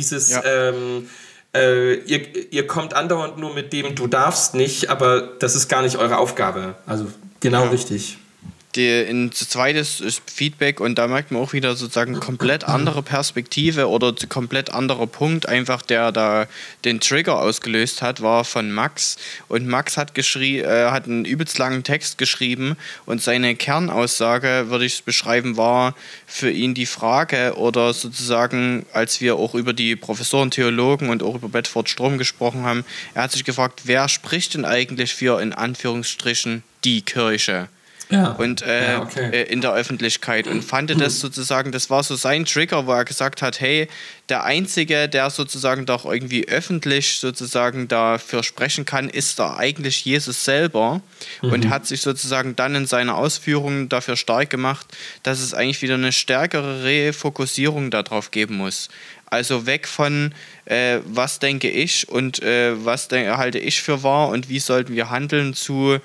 C: Ihr kommt andauernd nur mit dem, du darfst nicht, aber das ist gar nicht eure Aufgabe. Also genau richtig.
A: Zweites Feedback und da merkt man auch wieder sozusagen komplett andere Perspektive oder komplett anderer Punkt, einfach der da den Trigger ausgelöst hat, war von Max. Und Max hat einen übelst langen Text geschrieben und seine Kernaussage, würde ich es beschreiben, war für ihn die Frage oder sozusagen, als wir auch über die Professoren, Theologen und auch über Bedford Strom gesprochen haben, er hat sich gefragt, wer spricht denn eigentlich für, in Anführungsstrichen, die Kirche? Und in der Öffentlichkeit und fand das sozusagen, das war so sein Trigger, wo er gesagt hat, hey, der Einzige, der sozusagen doch irgendwie öffentlich sozusagen dafür sprechen kann, ist da eigentlich Jesus selber und hat sich sozusagen dann in seiner Ausführungen dafür stark gemacht, dass es eigentlich wieder eine stärkere Refokussierung darauf geben muss. Also weg von was denke ich und was halte ich für wahr und wie sollten wir handeln zu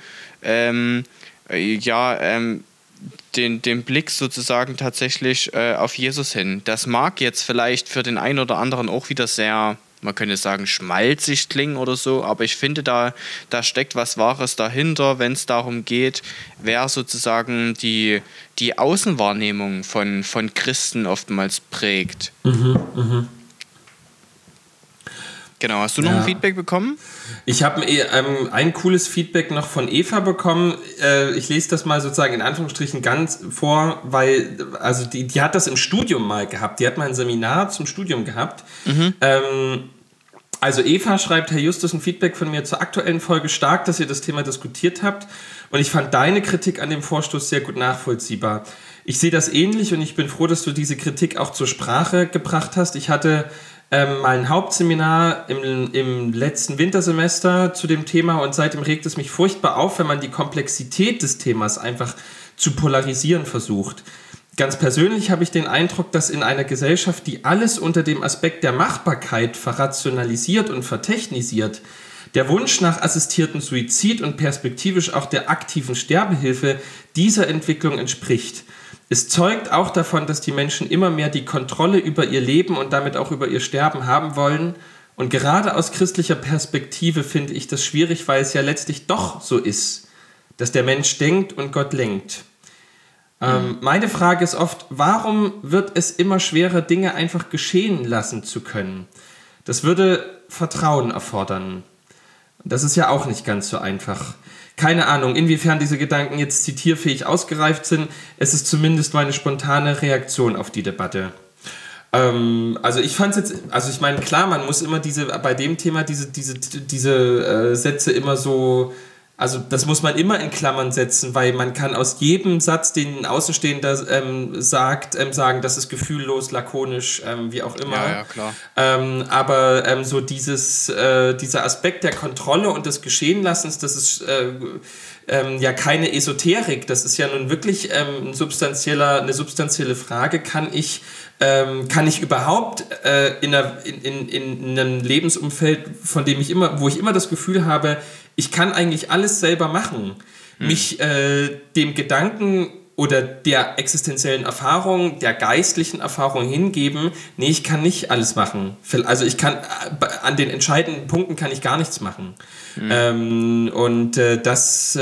A: den Blick sozusagen tatsächlich auf Jesus hin. Das mag jetzt vielleicht für den einen oder anderen auch wieder sehr, man könnte sagen, schmalzig klingen oder so, aber ich finde, da steckt was Wahres dahinter, wenn es darum geht, wer sozusagen die Außenwahrnehmung von Christen oftmals prägt. Genau, hast du noch ein Feedback bekommen?
B: Ich habe ein cooles Feedback noch von Eva bekommen. Ich lese das mal sozusagen in Anführungsstrichen ganz vor, weil also die hat das im Studium mal gehabt. Die hat mal ein Seminar zum Studium gehabt. Also Eva schreibt, Herr Justus, ein Feedback von mir zur aktuellen Folge stark, dass ihr das Thema diskutiert habt. Und ich fand deine Kritik an dem Vorstoß sehr gut nachvollziehbar. Ich sehe das ähnlich und ich bin froh, dass du diese Kritik auch zur Sprache gebracht hast. Ich hatte mal ein Hauptseminar im letzten Wintersemester zu dem Thema und seitdem regt es mich furchtbar auf, wenn man die Komplexität des Themas einfach zu polarisieren versucht. Ganz persönlich habe ich den Eindruck, dass in einer Gesellschaft, die alles unter dem Aspekt der Machbarkeit verrationalisiert und vertechnisiert, der Wunsch nach assistiertem Suizid und perspektivisch auch der aktiven Sterbehilfe dieser Entwicklung entspricht. Es zeugt auch davon, dass die Menschen immer mehr die Kontrolle über ihr Leben und damit auch über ihr Sterben haben wollen. Und gerade aus christlicher Perspektive finde ich das schwierig, weil es ja letztlich doch so ist, dass der Mensch denkt und Gott lenkt. Meine Frage ist oft, warum wird es immer schwerer, Dinge einfach geschehen lassen zu können? Das würde Vertrauen erfordern. Das ist ja auch nicht ganz so einfach. Keine Ahnung, inwiefern diese Gedanken jetzt zitierfähig ausgereift sind. Es ist zumindest meine spontane Reaktion auf die Debatte. Also ich fand es jetzt, also ich meine, klar, man muss immer bei dem Thema diese Sätze immer so, also das muss man immer in Klammern setzen, weil man kann aus jedem Satz, den ein Außenstehender sagt, sagen, das ist gefühllos, lakonisch, wie auch immer.
A: Ja, klar.
B: Aber so dieser Aspekt der Kontrolle und des Geschehenlassens, das ist ja keine Esoterik, das ist ja nun wirklich eine substanzielle Frage. Kann ich überhaupt in einem Lebensumfeld, wo ich immer das Gefühl habe, ich kann eigentlich alles selber machen, mich dem Gedanken oder der existenziellen Erfahrung, der geistlichen Erfahrung hingeben, nee, ich kann nicht alles machen. Also ich kann, an den entscheidenden Punkten kann ich gar nichts machen. Das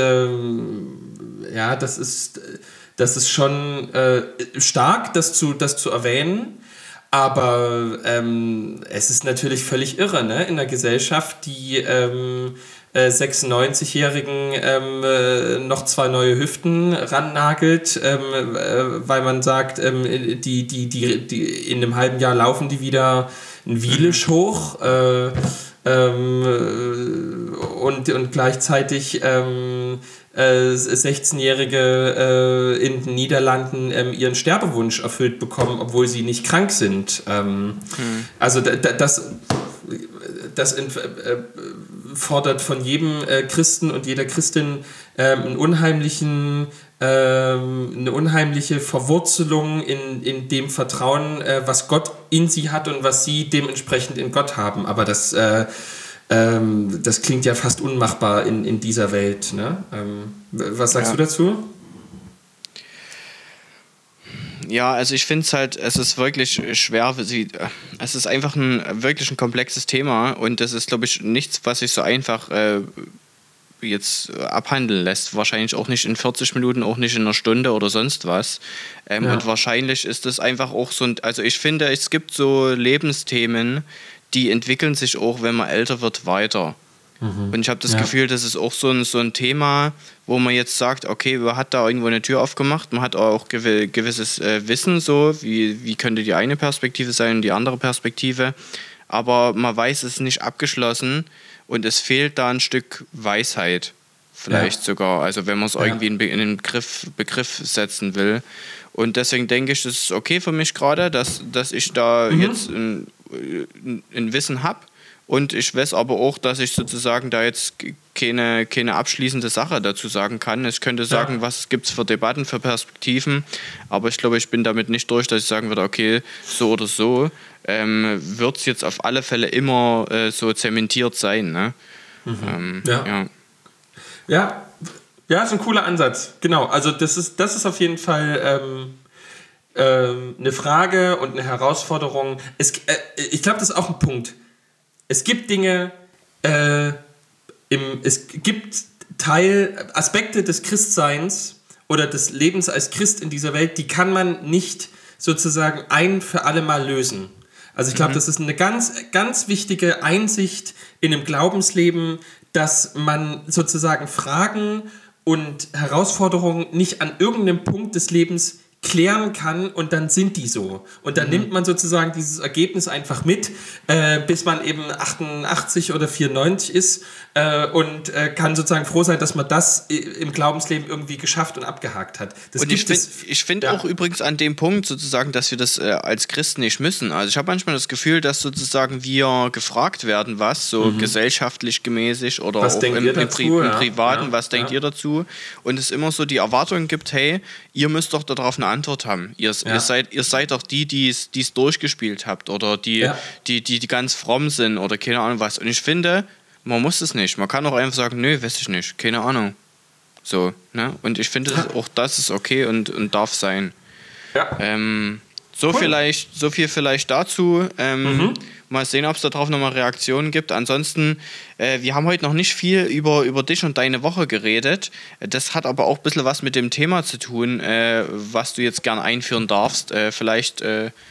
B: ist schon stark, das zu erwähnen. Aber es ist natürlich völlig irre, ne? In einer Gesellschaft, die 96-Jährigen noch 2 neue Hüften rannagelt, weil man sagt, die in einem halben Jahr laufen die wieder ein Wielisch hoch und gleichzeitig 16-Jährige in den Niederlanden ihren Sterbewunsch erfüllt bekommen, obwohl sie nicht krank sind. Also das fordert von jedem Christen und jeder Christin eine unheimliche Verwurzelung in dem Vertrauen, was Gott in sie hat und was sie dementsprechend in Gott haben. Aber das klingt ja fast unmachbar in dieser Welt. Ne? Was sagst du dazu?
A: Ja, also ich finde es ist wirklich schwer, es ist einfach wirklich ein komplexes Thema und das ist, glaube ich, nichts, was sich so einfach jetzt abhandeln lässt. Wahrscheinlich auch nicht in 40 Minuten, auch nicht in einer Stunde oder sonst was. Und wahrscheinlich ist es einfach auch so, also ich finde, es gibt so Lebensthemen, die entwickeln sich auch, wenn man älter wird, weiter. Und ich habe das Gefühl, das ist auch so ein Thema, wo man jetzt sagt, okay, man hat da irgendwo eine Tür aufgemacht, man hat auch gewisses Wissen, so wie könnte die eine Perspektive sein und die andere Perspektive, aber man weiß, es ist nicht abgeschlossen und es fehlt da ein Stück Weisheit, vielleicht sogar, also wenn man es irgendwie in den Begriff setzen will. Und deswegen denke ich, das ist okay für mich gerade, dass ich da jetzt ein Wissen habe Und ich weiß aber auch, dass ich sozusagen da jetzt keine abschließende Sache dazu sagen kann. Ich könnte sagen, was gibt es für Debatten, für Perspektiven, aber ich glaube, ich bin damit nicht durch, dass ich sagen würde, okay, so oder so, wird es jetzt auf alle Fälle immer so zementiert sein. Ne?
B: Ja, ist ein cooler Ansatz. Genau, also das ist auf jeden Fall eine Frage und eine Herausforderung. Ich glaube, das ist auch ein Punkt. Es gibt Dinge, es gibt Aspekte des Christseins oder des Lebens als Christ in dieser Welt, die kann man nicht sozusagen ein für alle Mal lösen. Also ich glaube, das ist eine ganz, ganz wichtige Einsicht in dem Glaubensleben, dass man sozusagen Fragen und Herausforderungen nicht an irgendeinem Punkt des Lebens klären kann und dann sind die so. Und dann nimmt man sozusagen dieses Ergebnis einfach mit, bis man eben 88 oder 94 ist und kann sozusagen froh sein, dass man das im Glaubensleben irgendwie geschafft und abgehakt hat.
A: Und ich finde auch übrigens an dem Punkt sozusagen, dass wir das als Christen nicht müssen. Also ich habe manchmal das Gefühl, dass sozusagen wir gefragt werden, was so gesellschaftlich gemäßig oder
B: was
A: auch im Privaten, was denkt ihr dazu? Und es immer so die Erwartung gibt, hey, ihr müsst doch darauf eine Antwort haben. Ihr seid doch die es durchgespielt habt oder die ganz fromm sind oder keine Ahnung was. Und ich finde, man muss es nicht. Man kann auch einfach sagen, nö, weiß ich nicht, keine Ahnung. So, ne? Und ich finde auch das ist okay und darf sein.
B: Ja.
A: So viel vielleicht dazu. Mal sehen, ob es darauf nochmal Reaktionen gibt. Ansonsten, wir haben heute noch nicht viel über dich und deine Woche geredet. Das hat aber auch ein bisschen was mit dem Thema zu tun, was du jetzt gern einführen darfst. Vielleicht,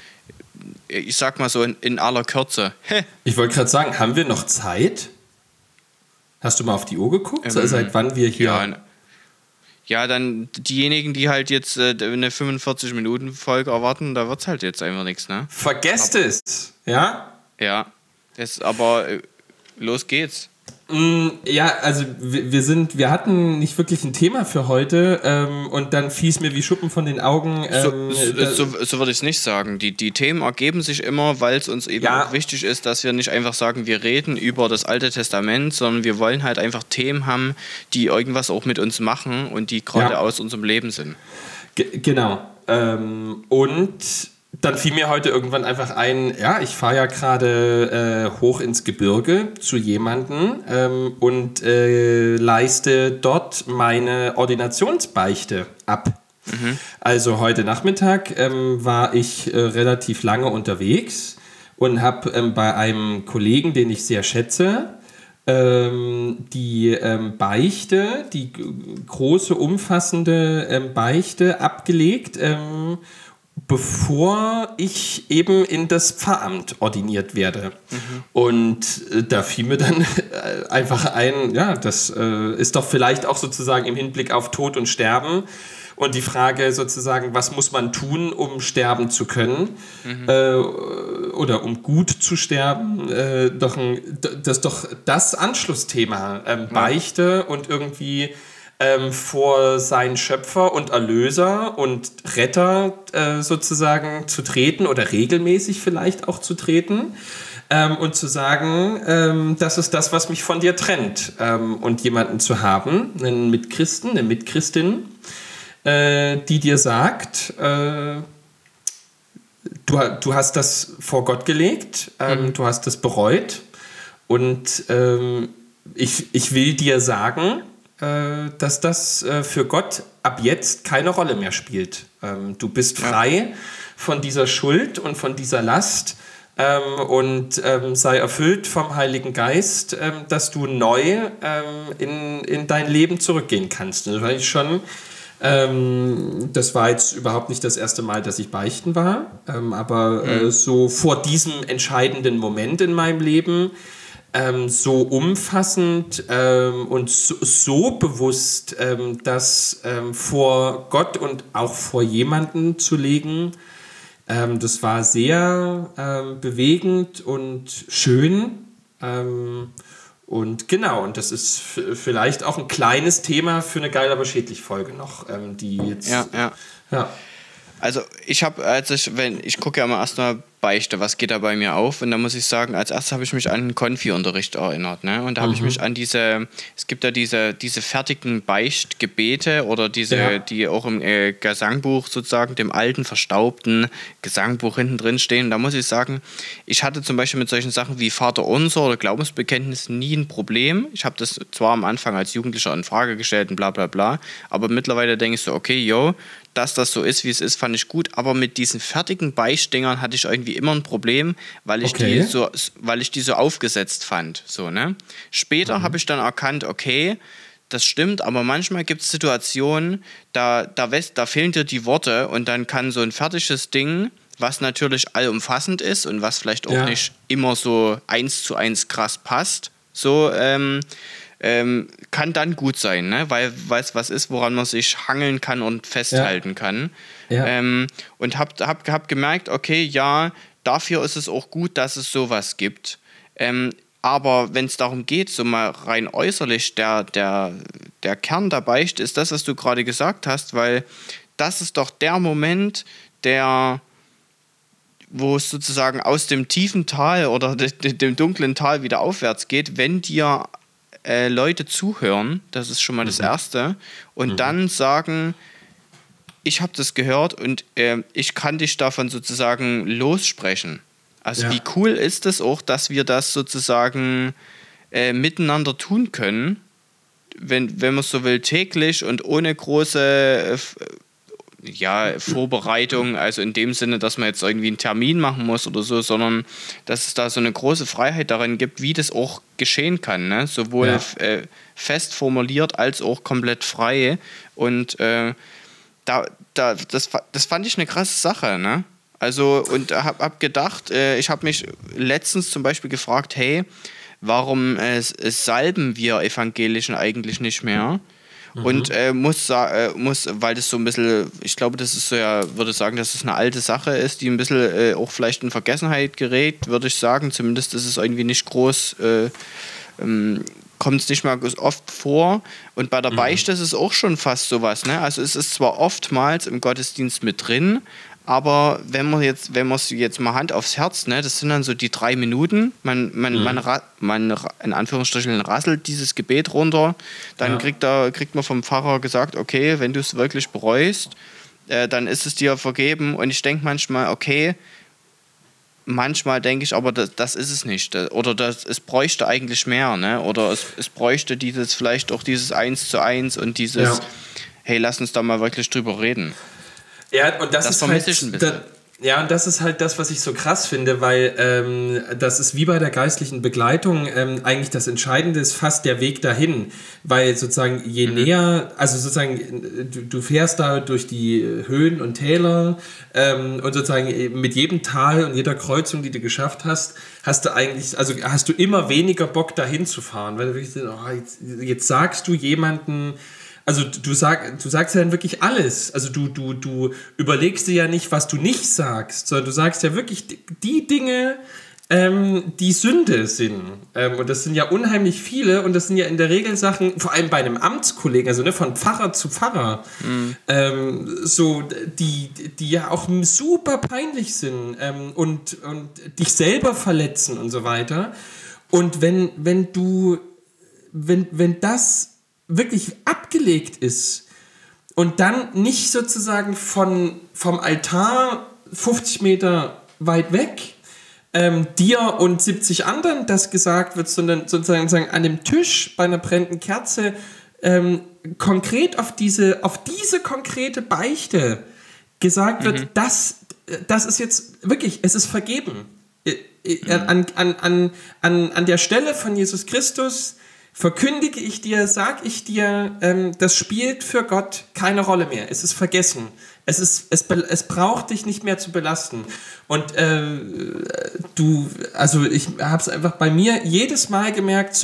A: ich sag mal so in aller Kürze.
B: Ich wollte gerade sagen, haben wir noch Zeit? Hast du mal auf die Uhr geguckt? Seit wann wir hier...
A: Ja, dann diejenigen, die halt jetzt eine 45-Minuten-Folge erwarten, da wird es halt jetzt einfach nichts, ne?
B: Vergesst es, ja?
A: Ja, aber los geht's.
B: Ja, also wir hatten nicht wirklich ein Thema für heute und dann fiel es mir wie Schuppen von den Augen.
A: So würde ich es nicht sagen. Die Themen ergeben sich immer, weil es uns eben auch wichtig ist, dass wir nicht einfach sagen, wir reden über das Alte Testament, sondern wir wollen halt einfach Themen haben, die irgendwas auch mit uns machen und die gerade aus unserem Leben sind.
B: Genau. Und dann fiel mir heute irgendwann einfach ein, ich fahre ja gerade hoch ins Gebirge zu jemandem und leiste dort meine Ordinationsbeichte ab. Also heute Nachmittag war ich relativ lange unterwegs und habe bei einem Kollegen, den ich sehr schätze, die Beichte, die große, umfassende Beichte abgelegt, bevor ich eben in das Pfarramt ordiniert werde. Und da fiel mir dann einfach ein, das ist doch vielleicht auch sozusagen im Hinblick auf Tod und Sterben und die Frage sozusagen, was muss man tun, um sterben zu können oder um gut zu sterben, das ist doch das Anschlussthema, Beichte und irgendwie vor seinen Schöpfer und Erlöser und Retter sozusagen zu treten oder regelmäßig vielleicht auch zu treten und zu sagen, das ist das, was mich von dir trennt. Und jemanden zu haben, einen Mitchristen, eine Mitchristin, die dir sagt, du hast das vor Gott gelegt, du hast das bereut und ich will dir sagen, dass das für Gott ab jetzt keine Rolle mehr spielt. Du bist frei von dieser Schuld und von dieser Last und sei erfüllt vom Heiligen Geist, dass du neu in dein Leben zurückgehen kannst. Das war ich schon. Das war jetzt überhaupt nicht das erste Mal, dass ich beichten war, aber so vor diesem entscheidenden Moment in meinem Leben so umfassend und so bewusst das vor Gott und auch vor jemanden zu legen, das war sehr bewegend und schön. Und genau, und das ist vielleicht auch ein kleines Thema für eine Geil, aber schädlich Folge noch, die jetzt...
A: Ja. Also ich gucke ja immer erstmal Beichte, was geht da bei mir auf? Und da muss ich sagen, als erstes habe ich mich an den Konfi-Unterricht erinnert. Ne? Und da habe ich mich an es gibt ja diese fertigen Beichtgebete oder die auch im Gesangbuch sozusagen, dem alten, verstaubten Gesangbuch hinten drin stehen. Und da muss ich sagen, ich hatte zum Beispiel mit solchen Sachen wie Vaterunser oder Glaubensbekenntnis nie ein Problem. Ich habe das zwar am Anfang als Jugendlicher in Frage gestellt und bla bla bla, aber mittlerweile denke ich so, okay, dass das so ist, wie es ist, fand ich gut. Aber mit diesen fertigen Beichtdingern hatte ich irgendwie immer ein Problem, weil ich die so aufgesetzt fand. So, ne? Später habe ich dann erkannt, okay, das stimmt, aber manchmal gibt es Situationen, da fehlen dir die Worte und dann kann so ein fertiges Ding, was natürlich allumfassend ist und was vielleicht auch nicht immer so 1:1 krass passt, so kann dann gut sein, ne? Weil es was ist, woran man sich hangeln kann und festhalten kann. Ja. Und hab gemerkt, okay, ja, dafür ist es auch gut, dass es sowas gibt. Aber wenn es darum geht, so mal rein äußerlich, der Kern der Beichte ist das, was du gerade gesagt hast, weil das ist doch der Moment, wo es sozusagen aus dem tiefen Tal oder dem dunklen Tal wieder aufwärts geht, wenn dir Leute zuhören, das ist schon mal das Erste, und dann sagen, ich habe das gehört und ich kann dich davon sozusagen lossprechen. Also wie cool ist es auch, dass wir das sozusagen miteinander tun können, wenn man so will, täglich und ohne große Vorbereitung, also in dem Sinne, dass man jetzt irgendwie einen Termin machen muss oder so, sondern dass es da so eine große Freiheit darin gibt, wie das auch geschehen kann, ne? Sowohl fest formuliert als auch komplett frei. Und das fand ich eine krasse Sache, ne? Also, und hab gedacht, ich habe mich letztens zum Beispiel gefragt, hey, warum salben wir Evangelischen eigentlich nicht mehr? Und weil das so ein bisschen, ich glaube, das ist so, würde sagen, dass es eine alte Sache ist, die ein bisschen auch vielleicht in Vergessenheit gerät, würde ich sagen. Zumindest ist es irgendwie nicht groß, kommt es nicht mal oft vor. Und bei der Beichte ist es auch schon fast sowas, ne? Also es ist zwar oftmals im Gottesdienst mit drin, aber wenn man es jetzt mal Hand aufs Herz, ne, das sind dann so die 3 Minuten, man in Anführungsstrichen rasselt dieses Gebet runter, dann kriegt man vom Pfarrer gesagt, okay, wenn du es wirklich bereust, dann ist es dir vergeben. Und ich denke manchmal, okay, manchmal denke ich, aber das ist es nicht. Oder es bräuchte eigentlich mehr, ne? Oder es bräuchte vielleicht auch dieses 1:1 und dieses, hey, lass uns da mal wirklich drüber reden.
B: Ja, und das ist
A: vermisse ich ein bisschen.
B: Und das ist halt das, was ich so krass finde, weil das ist wie bei der geistlichen Begleitung eigentlich das Entscheidende ist fast der Weg dahin, weil sozusagen je näher, also sozusagen du fährst da durch die Höhen und Täler und sozusagen mit jedem Tal und jeder Kreuzung, die du geschafft hast, hast du immer weniger Bock dahin zu fahren, weil du wirklich jetzt sagst du jemanden. Also du sagst ja dann wirklich alles. Also du überlegst dir ja nicht, was du nicht sagst, sondern du sagst ja wirklich die Dinge, die Sünde sind. Und das sind ja unheimlich viele und das sind ja in der Regel Sachen, vor allem bei einem Amtskollegen, also ne, von Pfarrer zu Pfarrer, die ja auch super peinlich sind und dich selber verletzen und so weiter. Und wenn das wirklich abgelegt ist und dann nicht sozusagen vom Altar 50 Meter weit weg dir und 70 anderen das gesagt wird, sondern sozusagen an dem Tisch bei einer brennenden Kerze konkret auf diese konkrete Beichte gesagt wird, das ist jetzt wirklich, es ist vergeben. An der Stelle von Jesus Christus verkündige ich dir, sag ich dir, das spielt für Gott keine Rolle mehr. Es ist vergessen. Es braucht dich nicht mehr zu belasten. Und ich habe es einfach bei mir jedes Mal gemerkt,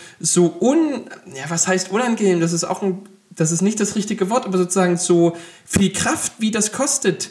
B: was heißt unangenehm? Das ist nicht das richtige Wort, aber sozusagen so viel Kraft, wie das kostet,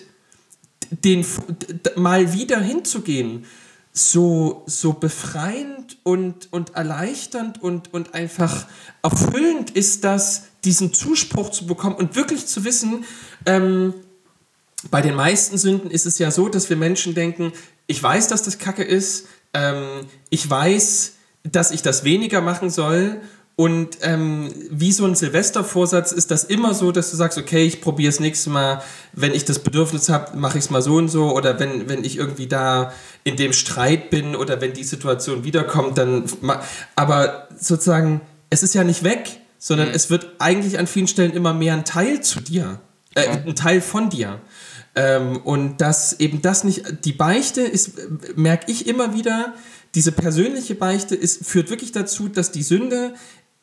B: mal wieder hinzugehen. So befreiend und erleichternd und einfach erfüllend ist das, diesen Zuspruch zu bekommen und wirklich zu wissen, bei den meisten Sünden ist es ja so, dass wir Menschen denken, ich weiß, dass das Kacke ist, ich weiß, dass ich das weniger machen soll. Und wie so ein Silvestervorsatz ist das immer so, dass du sagst, okay, ich probiere es nächstes Mal, wenn ich das Bedürfnis habe, mache ich es mal so und so. Oder wenn ich irgendwie da in dem Streit bin oder wenn die Situation wiederkommt, dann... Aber sozusagen, es ist ja nicht weg, sondern es wird eigentlich an vielen Stellen immer mehr ein Teil zu dir. Ein Teil von dir. Und dass eben das nicht... Die Beichte ist, merke ich immer wieder, diese persönliche Beichte führt wirklich dazu, dass die Sünde...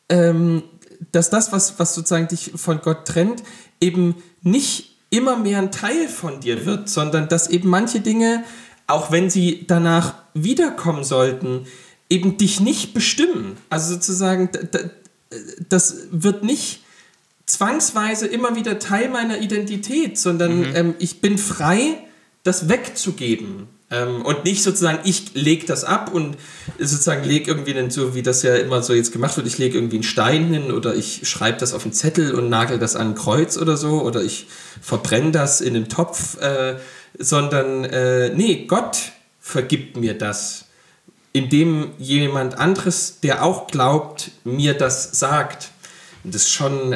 B: dass das, was sozusagen dich von Gott trennt, eben nicht immer mehr ein Teil von dir wird, sondern dass eben manche Dinge, auch wenn sie danach wiederkommen sollten, eben dich nicht bestimmen. Also sozusagen, das wird nicht zwangsweise immer wieder Teil meiner Identität, sondern ich bin frei, das wegzugeben. Und nicht sozusagen, ich lege das ab und sozusagen lege irgendwie, so wie das ja immer so jetzt gemacht wird, ich lege irgendwie einen Stein hin oder ich schreibe das auf einen Zettel und nagel das an ein Kreuz oder so oder ich verbrenne das in einem Topf, sondern nee, Gott vergibt mir das, indem jemand anderes, der auch glaubt, mir das sagt. Und das ist schon,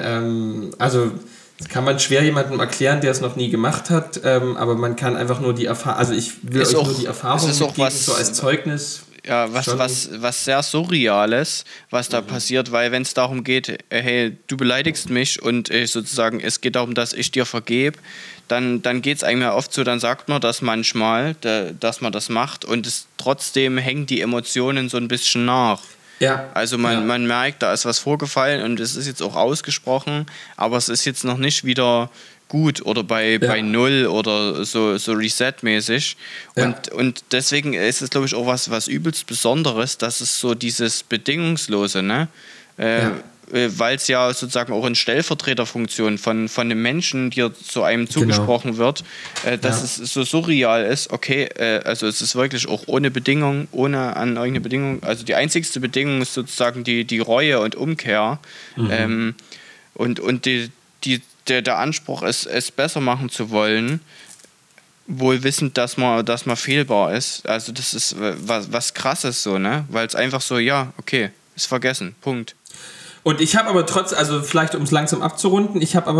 B: das kann man schwer jemandem erklären, der es noch nie gemacht hat, aber man kann einfach nur die Erfahrung, also ich will euch nur die Erfahrung mitgeben, so als Zeugnis.
A: Ja, was sehr Surreales, was da passiert, weil wenn es darum geht, hey, du beleidigst mich und sozusagen es geht darum, dass ich dir vergebe, dann geht es eigentlich oft so, dann sagt man das manchmal, dass man das macht und trotzdem hängen die Emotionen so ein bisschen nach. Ja. Also man merkt, da ist was vorgefallen und es ist jetzt auch ausgesprochen, aber es ist jetzt noch nicht wieder gut oder bei Null oder so Reset-mäßig. Ja. Und deswegen ist es, glaube ich, auch was übelst Besonderes, dass es so dieses Bedingungslose, ne? Weil es ja sozusagen auch in Stellvertreterfunktion von einem Menschen dir zu einem zugesprochen wird, dass es so surreal ist, okay, also es ist wirklich auch ohne Bedingung, ohne an irgendeine Bedingung, also die einzigste Bedingung ist sozusagen die Reue und Umkehr und der Anspruch ist, es besser machen zu wollen, wohl wissend, dass man fehlbar ist. Also das ist was Krasses so, ne? Weil es einfach so, ja, okay, ist vergessen, Punkt.
B: Und ich habe aber also vielleicht um es langsam abzurunden, ich habe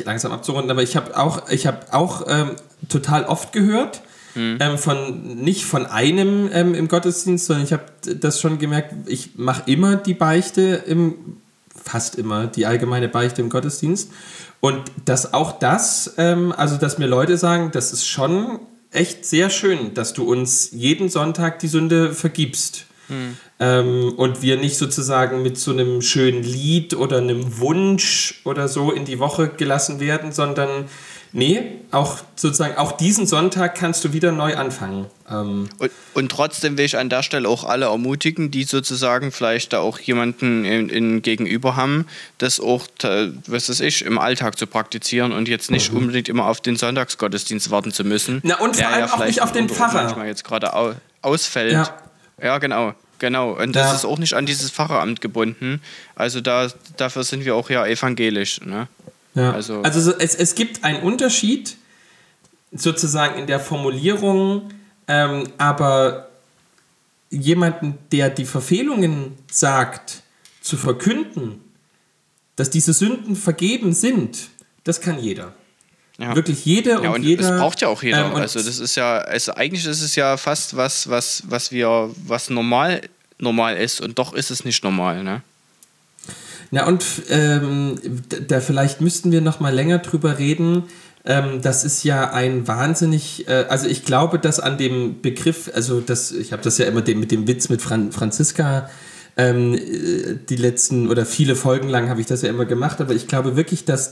B: auch total oft gehört, nicht von einem im Gottesdienst, sondern ich habe das schon gemerkt, ich mache immer die Beichte, fast immer die allgemeine Beichte im Gottesdienst. Und dass auch also dass mir Leute sagen, das ist schon echt sehr schön, dass du uns jeden Sonntag die Sünde vergibst. Und wir nicht sozusagen mit so einem schönen Lied oder einem Wunsch oder so in die Woche gelassen werden, sondern auch diesen Sonntag kannst du wieder neu anfangen.
A: Und trotzdem will ich an der Stelle auch alle ermutigen, die sozusagen vielleicht da auch jemanden gegenüber haben, das auch, was weiß ich, im Alltag zu praktizieren und jetzt nicht unbedingt immer auf den Sonntagsgottesdienst warten zu müssen.
B: Na und vor allem auch nicht auf den Pfarrer.
A: Manchmal jetzt gerade ausfällt. Ja, genau. Und das ist auch nicht an dieses Pfarreramt gebunden. Also dafür sind wir auch ja evangelisch. Ne?
B: Ja. Also es gibt einen Unterschied sozusagen in der Formulierung, aber jemanden, der die Verfehlungen sagt, zu verkünden, dass diese Sünden vergeben sind, das kann jeder. Ja. Wirklich jeder und jeder.
A: Das braucht ja auch jeder. Also das ist ja, eigentlich ist es ja fast was normal ist und doch ist es nicht normal, ne?
B: Na und da vielleicht müssten wir noch mal länger drüber reden. Das ist ja ein wahnsinnig, also ich glaube, dass an dem Begriff, ich habe das ja immer mit dem Witz mit Franziska, die letzten oder viele Folgen lang habe ich das ja immer gemacht, aber ich glaube wirklich, dass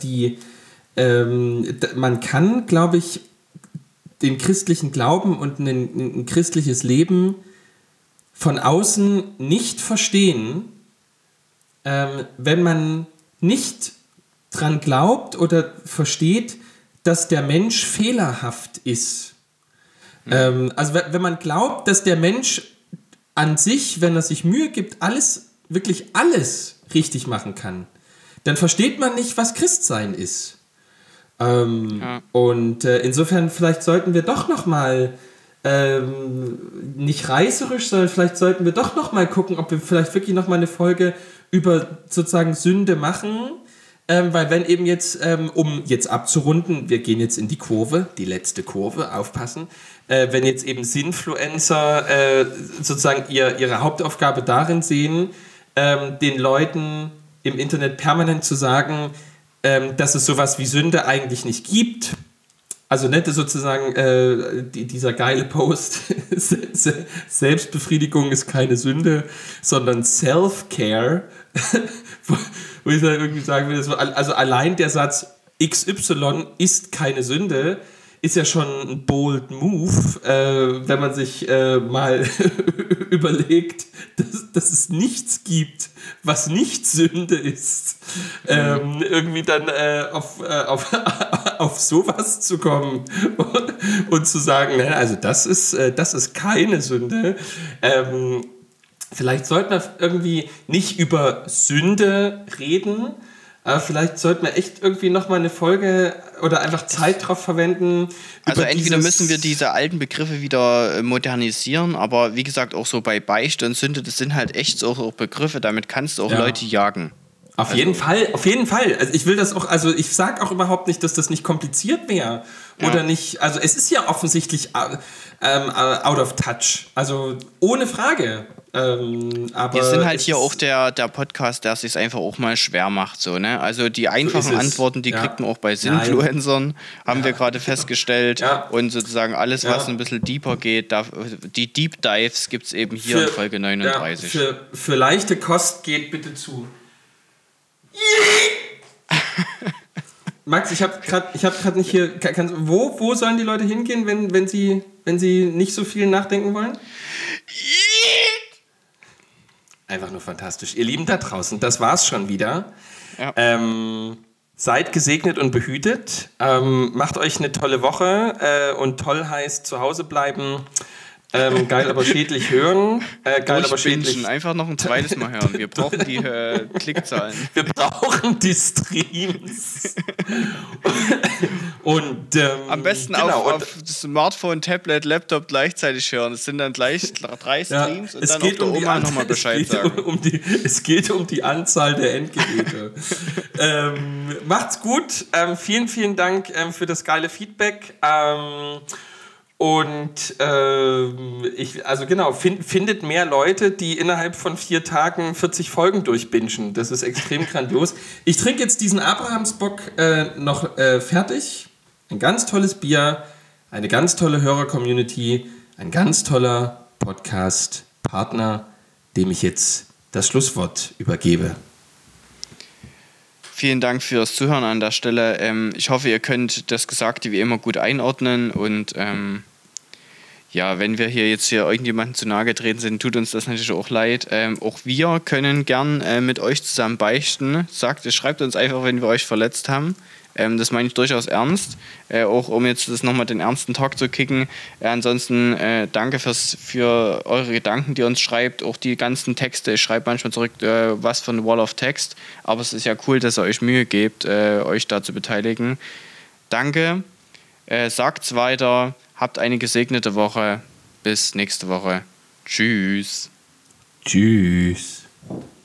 B: man kann, glaube ich, den christlichen Glauben und ein christliches Leben von außen nicht verstehen, wenn man nicht dran glaubt oder versteht, dass der Mensch fehlerhaft ist. Also wenn man glaubt, dass der Mensch an sich, wenn er sich Mühe gibt, wirklich alles richtig machen kann, dann versteht man nicht, was Christsein ist. Und insofern vielleicht sollten wir doch noch mal nicht reißerisch, sondern vielleicht sollten wir doch noch mal gucken, ob wir vielleicht wirklich noch mal eine Folge über sozusagen Sünde machen. Weil wenn eben jetzt, um jetzt abzurunden, wir gehen jetzt in die Kurve, die letzte Kurve, aufpassen, wenn jetzt eben Sinfluencer sozusagen ihre Hauptaufgabe darin sehen, den Leuten im Internet permanent zu sagen, dass es sowas wie Sünde eigentlich nicht gibt. Also nicht sozusagen dieser geile Post, Selbstbefriedigung ist keine Sünde, sondern Self-Care, wo ich dann irgendwie sagen will, also allein der Satz XY ist keine Sünde, ist ja schon ein bold Move, wenn man sich mal überlegt, dass es nichts gibt, was nicht Sünde ist. Irgendwie dann auf sowas zu kommen und zu sagen, ne, also das ist keine Sünde. Vielleicht sollten wir irgendwie nicht über Sünde reden, aber vielleicht sollten wir echt irgendwie nochmal eine Folge oder einfach Zeit drauf verwenden.
A: Also entweder müssen wir diese alten Begriffe wieder modernisieren, aber wie gesagt auch so bei Beichte und Sünde, das sind halt echt so auch Begriffe, damit kannst du auch Leute jagen.
B: Auf jeden Fall. Also ich will das auch, also ich sage auch überhaupt nicht, dass das nicht kompliziert wäre oder nicht, also es ist ja offensichtlich out of touch, also ohne Frage. Aber
A: wir sind halt hier auch der Podcast, der es sich einfach auch mal schwer macht. So, ne? Also die einfachen Antworten, die kriegt man auch bei Sinfluencern, haben wir gerade festgestellt. Ja. Und sozusagen alles, was ein bisschen deeper geht, die Deep Dives gibt es eben hier in Folge 39.
B: Ja, für leichte Kost geht bitte zu. Max, ich habe gerade nicht hier. Wo sollen die Leute hingehen, wenn sie nicht so viel nachdenken wollen? Einfach nur fantastisch. Ihr Lieben da draußen, das war's schon wieder. Ja. Seid gesegnet und behütet. Macht euch eine tolle Woche. Und toll heißt zu Hause bleiben. Geil, aber schädlich hören. Geil, aber schädlich.
A: Einfach noch ein zweites Mal hören. Wir brauchen die Klickzahlen.
B: Wir brauchen die Streams. Und
A: am besten auf Smartphone, Tablet, Laptop gleichzeitig hören. Es sind dann gleich 3 Streams und dann auch der Oma nochmal Bescheid sagen.
B: Es geht um die Anzahl der Endgeräte. Macht's gut. Vielen, vielen Dank für das geile Feedback. Und findet mehr Leute, die innerhalb von 4 Tagen 40 Folgen durchbingen. Das ist extrem grandios. Ich trinke jetzt diesen Abrahamsbock noch fertig. Ein ganz tolles Bier, eine ganz tolle Hörer-Community, ein ganz toller Podcast-Partner, dem ich jetzt das Schlusswort übergebe.
A: Vielen Dank fürs Zuhören an der Stelle. Ich hoffe, ihr könnt das Gesagte wie immer gut einordnen und wenn wir hier irgendjemandem zu nahe getreten sind, tut uns das natürlich auch leid. Auch wir können gern mit euch zusammen beichten. Schreibt uns einfach, wenn wir euch verletzt haben. Das meine ich durchaus ernst, auch um jetzt das nochmal den ernsten Talk zu kicken. Ansonsten danke für eure Gedanken, die ihr uns schreibt, auch die ganzen Texte. Ich schreibe manchmal zurück, was für eine Wall of Text, aber es ist ja cool, dass ihr euch Mühe gebt, euch da zu beteiligen. Danke, sagt's weiter, habt eine gesegnete Woche, bis nächste Woche. Tschüss.
B: Tschüss.